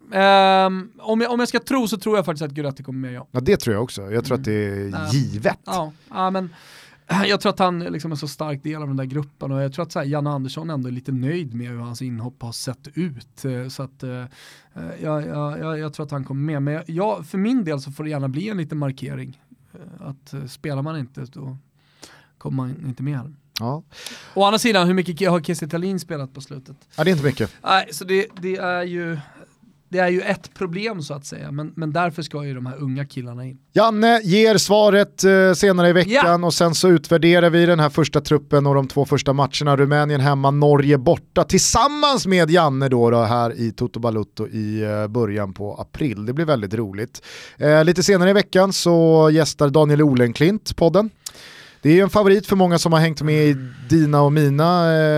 Um, om, jag, om jag ska tro så tror jag faktiskt att Guidetti kommer med, ja. Ja, det tror jag också. Jag tror mm. att det är uh, givet. Ja, ja, men jag tror att han liksom är så stark del av den där gruppen och jag tror att så här, Janne Andersson ändå är lite nöjd med hur hans inhopp har sett ut. Så att uh, jag, jag, jag tror att han kommer med. Men jag, för min del så får det gärna bli en liten markering. Att uh, spelar man inte då kommer man inte med här. Ja. Å andra sidan, hur mycket har Kiese Thelin spelat på slutet? Ja, det är inte mycket. Nej, så det, det är ju det är ju ett problem så att säga, men, men därför ska ju de här unga killarna in. Janne ger svaret eh, senare i veckan yeah. och sen så utvärderar vi den här första truppen och de två första matcherna. Rumänien hemma, Norge borta, tillsammans med Janne då, då här i Toto Balutto i eh, början på april. Det blir väldigt roligt. Eh, lite senare i veckan så gästar Daniel Olenklint podden. Det är ju en favorit för många som har hängt med i dina och mina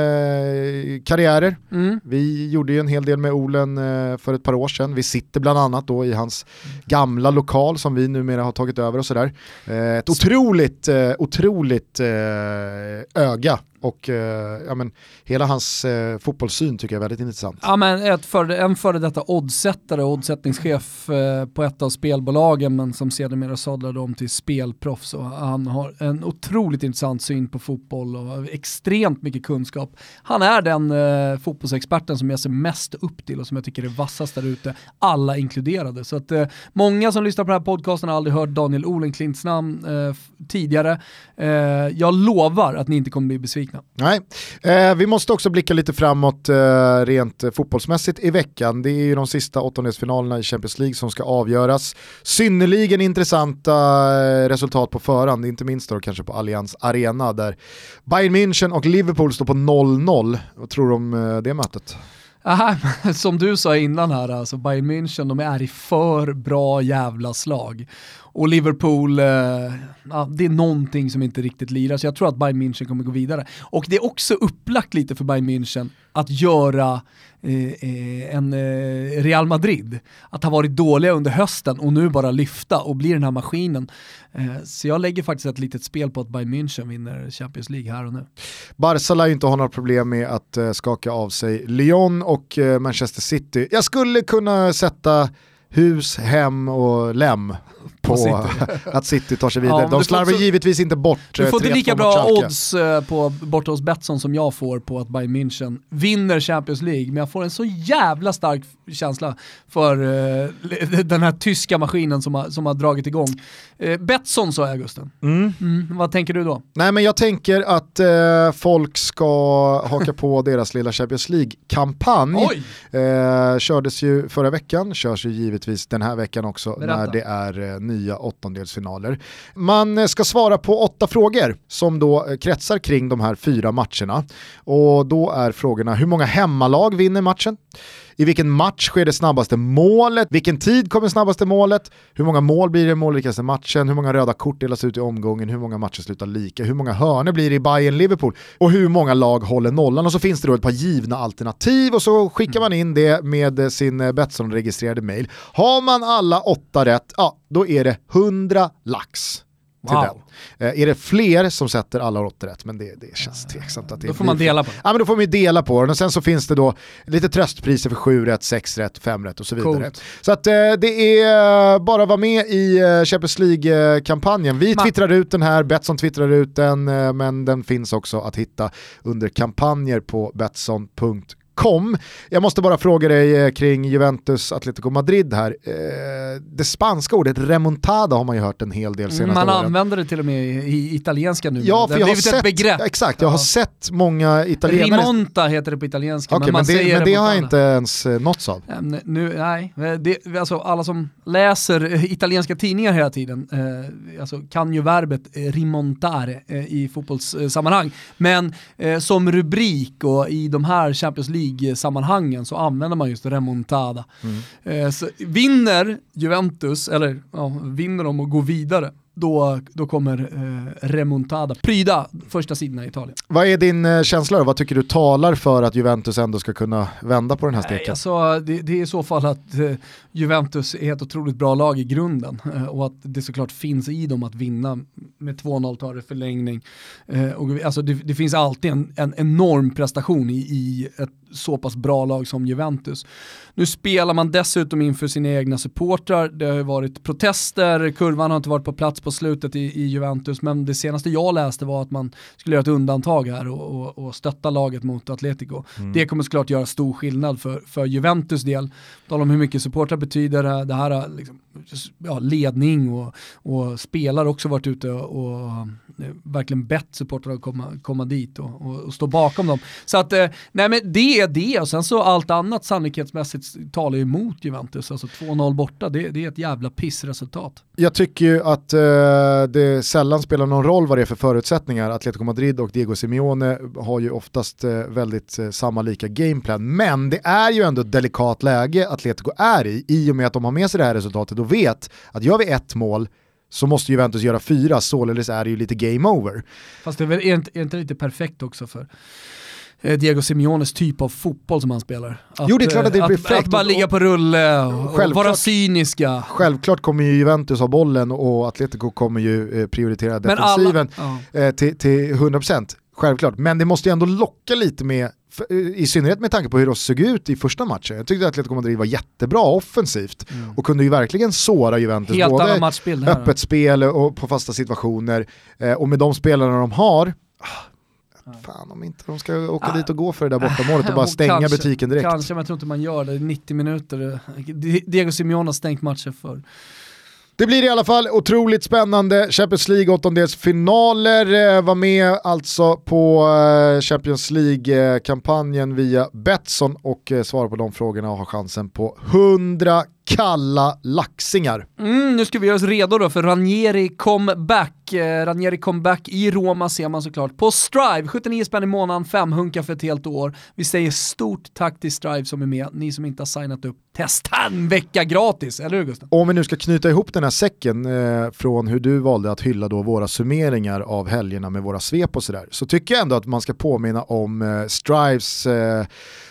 eh, karriärer. Mm. Vi gjorde ju en hel del med Olen eh, för ett par år sedan. Vi sitter bland annat då i hans gamla lokal som vi numera har tagit över och sådär. Eh, ett otroligt, eh, otroligt eh, öga. Och eh, ja, men, hela hans eh, fotbollssyn tycker jag är väldigt intressant. Ja, men ett för, en före detta oddsättare, oddsättningschef eh, på ett av spelbolagen, men som sedermera sadlade om till spelproffs. Och han har en otroligt intressant syn på fotboll och extremt mycket kunskap. Han är den eh, fotbollsexperten som jag ser mest upp till och som jag tycker är vassast där ute, alla inkluderade. Så att eh, många som lyssnar på den här podcasten har aldrig hört Daniel Olenklints namn eh, f- tidigare. Eh, jag lovar att ni inte kommer bli besvikna. Nej, eh, vi måste också blicka lite framåt eh, rent eh, fotbollsmässigt i veckan. Det är ju de sista åttondelsfinalerna i Champions League som ska avgöras. Synnerligen intressanta eh, resultat på förhand, inte minst då kanske på Allianz Arena där Bayern München och Liverpool står på noll noll. Vad tror du om eh, det mötet? Aha, som du sa innan här, alltså Bayern München, de är i för bra jävla slag. Och Liverpool, eh, ja, det är någonting som inte riktigt lirar. Så jag tror att Bayern München kommer gå vidare. Och det är också upplagt lite för Bayern München att göra eh, en eh, Real Madrid. Att ha varit dåliga under hösten och nu bara lyfta och bli den här maskinen. Eh, så jag lägger faktiskt ett litet spel på att Bayern München vinner Champions League här och nu. Barca lär ju inte ha några problem med att eh, skaka av sig Lyon och eh, Manchester City. Jag skulle kunna sätta hus, hem och lem på, på City. Att City tar sig vidare. Ja, de slarvar så, givetvis inte bort. Du får inte lika bra odds på borta hos Betsson som jag får på att Bayern München vinner Champions League, men jag får en så jävla stark känsla för uh, den här tyska maskinen som har, som har dragit igång. Uh, Betsson, sa jag, Gusten. Mm. Mm, vad tänker du då? Nej, men jag tänker att uh, folk ska haka på deras lilla Champions League-kampanj. Uh, kördes ju förra veckan, körs ju givetvis den här veckan också. Berätta. När det är uh, nya åttondelsfinaler. Man ska svara på åtta frågor som då kretsar kring de här fyra matcherna. Och då är frågorna: hur många hemmalag vinner matchen? I vilken match sker det snabbaste målet? Vilken tid kommer snabbaste målet? Hur många mål blir det i målrikaste matchen? Hur många röda kort delas ut i omgången? Hur många matcher slutar lika? Hur många hörnor blir det i Bayern-Liverpool? Och hur många lag håller nollan? Och så finns det då ett par givna alternativ och så skickar man in det med sin Betsson-registrerade mail. Har man alla åtta rätt, ja, då är det hundra lax. Till wow. den. Eh, är det fler som sätter alla åtta rätt, men det, det känns tveksamt att det då får man dela på det. Ja, men då får man dela på den och sen så finns det då lite tröstpriser för sju rätt, sex rätt, fem rätt och så vidare. Coolt. Så att eh, det är bara att vara med i eh, Champions League-kampanjen. Vi Man. twittrar ut den här, Betsson twittrar ut den, eh, men den finns också att hitta under kampanjer på betsson punkt com. Kom. Jag måste bara fråga dig kring Juventus Atletico Madrid här. Eh, det spanska ordet remontada har man ju hört en hel del senaste åren. Man åren. använder det till och med i italienska nu. Ja, för jag har sett, ett begrepp. Exakt, jag har ja. sett många italienare. Rimonta heter det på italienska. Okay, men, man men, det, men det har jag inte ens nåtts av. Ähm, nu, nej, det, alltså, alla som läser italienska tidningar hela tiden eh, alltså, kan ju verbet rimontare eh, i fotbollssammanhang. Men eh, som rubrik och i de här Champions League-sammanhangen så använder man just remontada. Mm. Eh, så vinner Juventus, eller ja, vinner de och går vidare, då, då kommer eh, remontada pryda första sidorna i Italien. Vad är din eh, känsla då? Vad tycker du talar för att Juventus ändå ska kunna vända på den här steken? Nej, alltså, det, det är i så fall att eh, Juventus är ett otroligt bra lag i grunden eh, och att det såklart finns i dem att vinna med två noll tar förlängning. Eh, och, alltså, det, det finns alltid en, en enorm prestation i, i ett så pass bra lag som Juventus. Nu spelar man dessutom inför sina egna supportrar. Det har varit protester, kurvan har inte varit på plats på slutet i, i Juventus, men det senaste jag läste var att man skulle göra ett undantag här och, och, och stötta laget mot Atletico. Mm. Det kommer såklart göra stor skillnad för, för Juventus del. Tala om hur mycket supportrar betyder det här. Det här liksom, ja, ledning och, och spelare också varit ute och, och verkligen bett supportrar att komma, komma dit och, och, och stå bakom dem. Så att, nej men det är det, och sen så allt annat sannolikhetsmässigt talar emot Juventus. Alltså två noll borta, det, det är ett jävla pissresultat. Jag tycker ju att eh, det sällan spelar någon roll vad det är för förutsättningar. Atletico Madrid och Diego Simeone har ju oftast eh, väldigt eh, samma lika gameplan. Men det är ju ändå ett delikat läge Atletico är i, i och med att de har med sig det här resultatet och vet att gör vi ett mål så måste Juventus göra fyra, således är det ju lite game over. Fast det är, väl, är, inte, är inte lite perfekt också för Diego Simeones typ av fotboll som han spelar. Att, jo, det är klart att det blir att, att bara ligga på rulle och, och vara cyniska. Självklart kommer ju Juventus ha bollen och Atletico kommer ju eh, prioritera defensiven alla, ja. eh, till, till hundra procent. Självklart, men det måste ju ändå locka lite med, i synnerhet med tanke på hur det såg ut i första matchen. Jag tyckte att Atletico Madrid var jättebra offensivt mm. och kunde ju verkligen såra Juventus. Helt både matchbild, öppet spel och på fasta situationer. Eh, och med de spelarna de har, ah, fan om inte de ska åka ah. dit och gå för det där bortamålet och bara stänga kanske, butiken direkt. Kanske, men jag tror inte man gör det. nittio minuter. Diego Simeone har stängt matcher för. Det blir i alla fall otroligt spännande. Champions League åttondelsfinaler var med alltså på Champions League-kampanjen via Betsson och svarar på de frågorna och har chansen på hundra kalla laxingar. Mm, nu ska vi göra oss redo då för Ranieri comeback. Eh, Ranieri comeback i Roma ser man såklart på Strive. sjuttionio spänn i månaden, fem hunkar för ett helt år. Vi säger stort tack till Strive som är med. Ni som inte har signat upp, testa en vecka gratis, eller hur Gustav? Om vi nu ska knyta ihop den här säcken eh, från hur du valde att hylla då våra summeringar av helgerna med våra svep och sådär, så tycker jag ändå att man ska påminna om eh, Strives eh,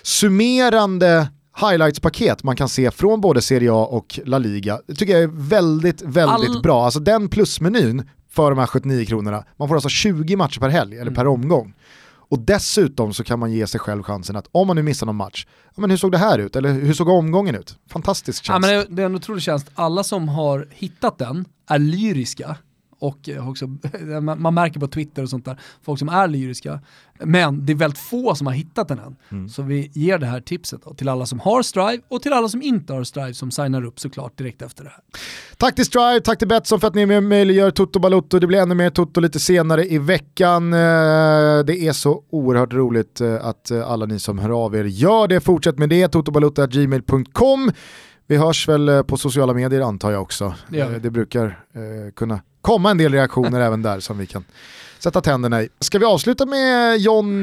summerande highlights-paket man kan se från både Serie A och La Liga. Det tycker jag är väldigt, väldigt All... bra. Alltså den plusmenyn för de här sjuttionio kronorna. Man får alltså tjugo matcher per helg eller mm. per omgång. Och dessutom så kan man ge sig själv chansen att om man nu missar någon match, ja, men hur såg det här ut? Eller hur såg omgången ut? Fantastisk tjänst. Ja, men det är en otrolig tjänst. Alla som har hittat den är lyriska. Och också, man märker på Twitter och sånt där, folk som är lyriska. Men det är väldigt få som har hittat den än. Mm. Så vi ger det här tipset då, till alla som har Strive och till alla som inte har Strive som signar upp såklart direkt efter det här. Tack till Strive, tack till Betsson för att ni möjliggör Toto Balotto. Det blir ännu mer Toto lite senare i veckan. Det är så oerhört roligt att alla ni som hör av er gör det. Fortsätt med det, totobalotto at gmail punkt com. Vi hörs väl på sociala medier antar jag också. Det, det brukar eh, kunna komma en del reaktioner även där som vi kan sätta tänderna i. Ska vi avsluta med John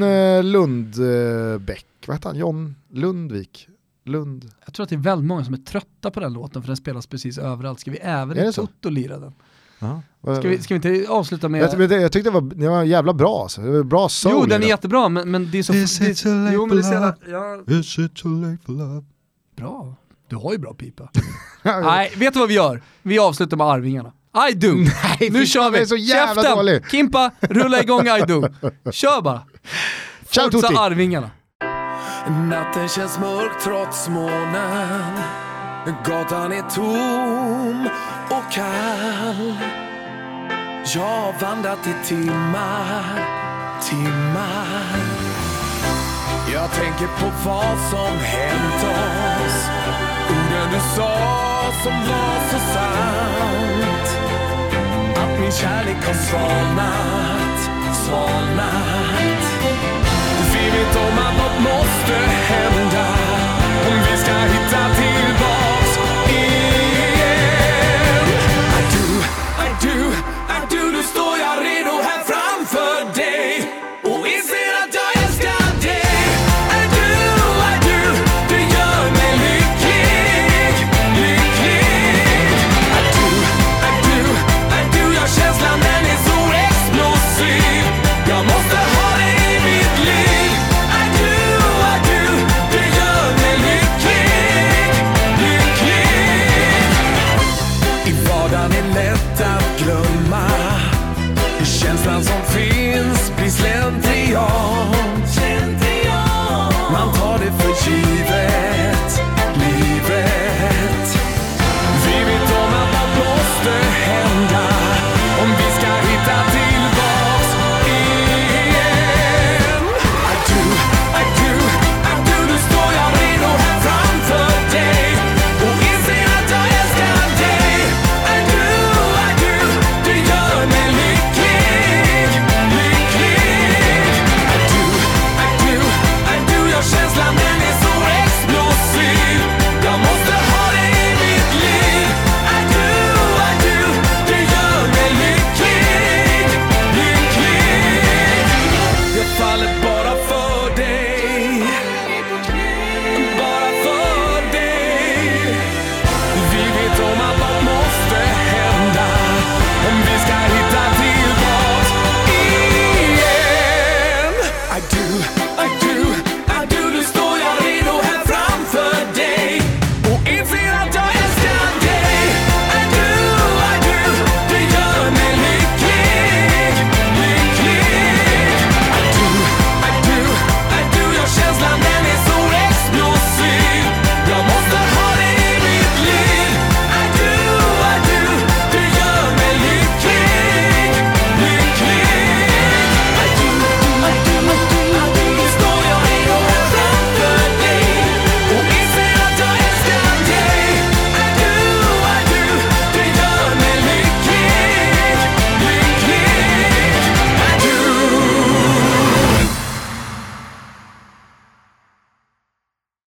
Lundbäck? Vad heter han? John Lundvik? Lund. Jag tror att det är väldigt många som är trötta på den låten för den spelas precis överallt. Ska vi även i Toto lira den? Ja. Ska, vi, ska vi inte avsluta med... Jag, jag tyckte det var, det var jävla bra. Alltså. Det var bra soul. Jo, den är jättebra, men, men det är så... Is it too late jo, men det är så, ja. Is it too late for love? Bra. Du har ju bra pipa. Nej, vet du vad vi gör? Vi avslutar med Arvingarna. I do. Nej, nu kör vi. Så jävla Käften. Dålig. Kimpa, rulla igång I do. Kör bara. Ciao Forza tutti. Arvingarna. Natten känns mörk trots månen. Gatan är tom och kall. Jag har vandrat i timmar, timmar. Jag tänker på vad som hänt oss. Orden du sa som var så sant. Att min kärlek har svalnat, svalnat. Vi vet om att något måste hända om vi ska hitta tillbaks igen. I do, I do, I do. Nu står jag redo här framför dig och inser att jag älskar dig. I do, I do. Det gör mig lycklig, lycklig. I do, I do, I do. Ja, känslan den är så explosiv. Jag måste ha dig i mitt liv. I do, I do. Det gör mig lycklig, lycklig. I vardagen är lätt att glömma. Känslan som finns blir slentrian.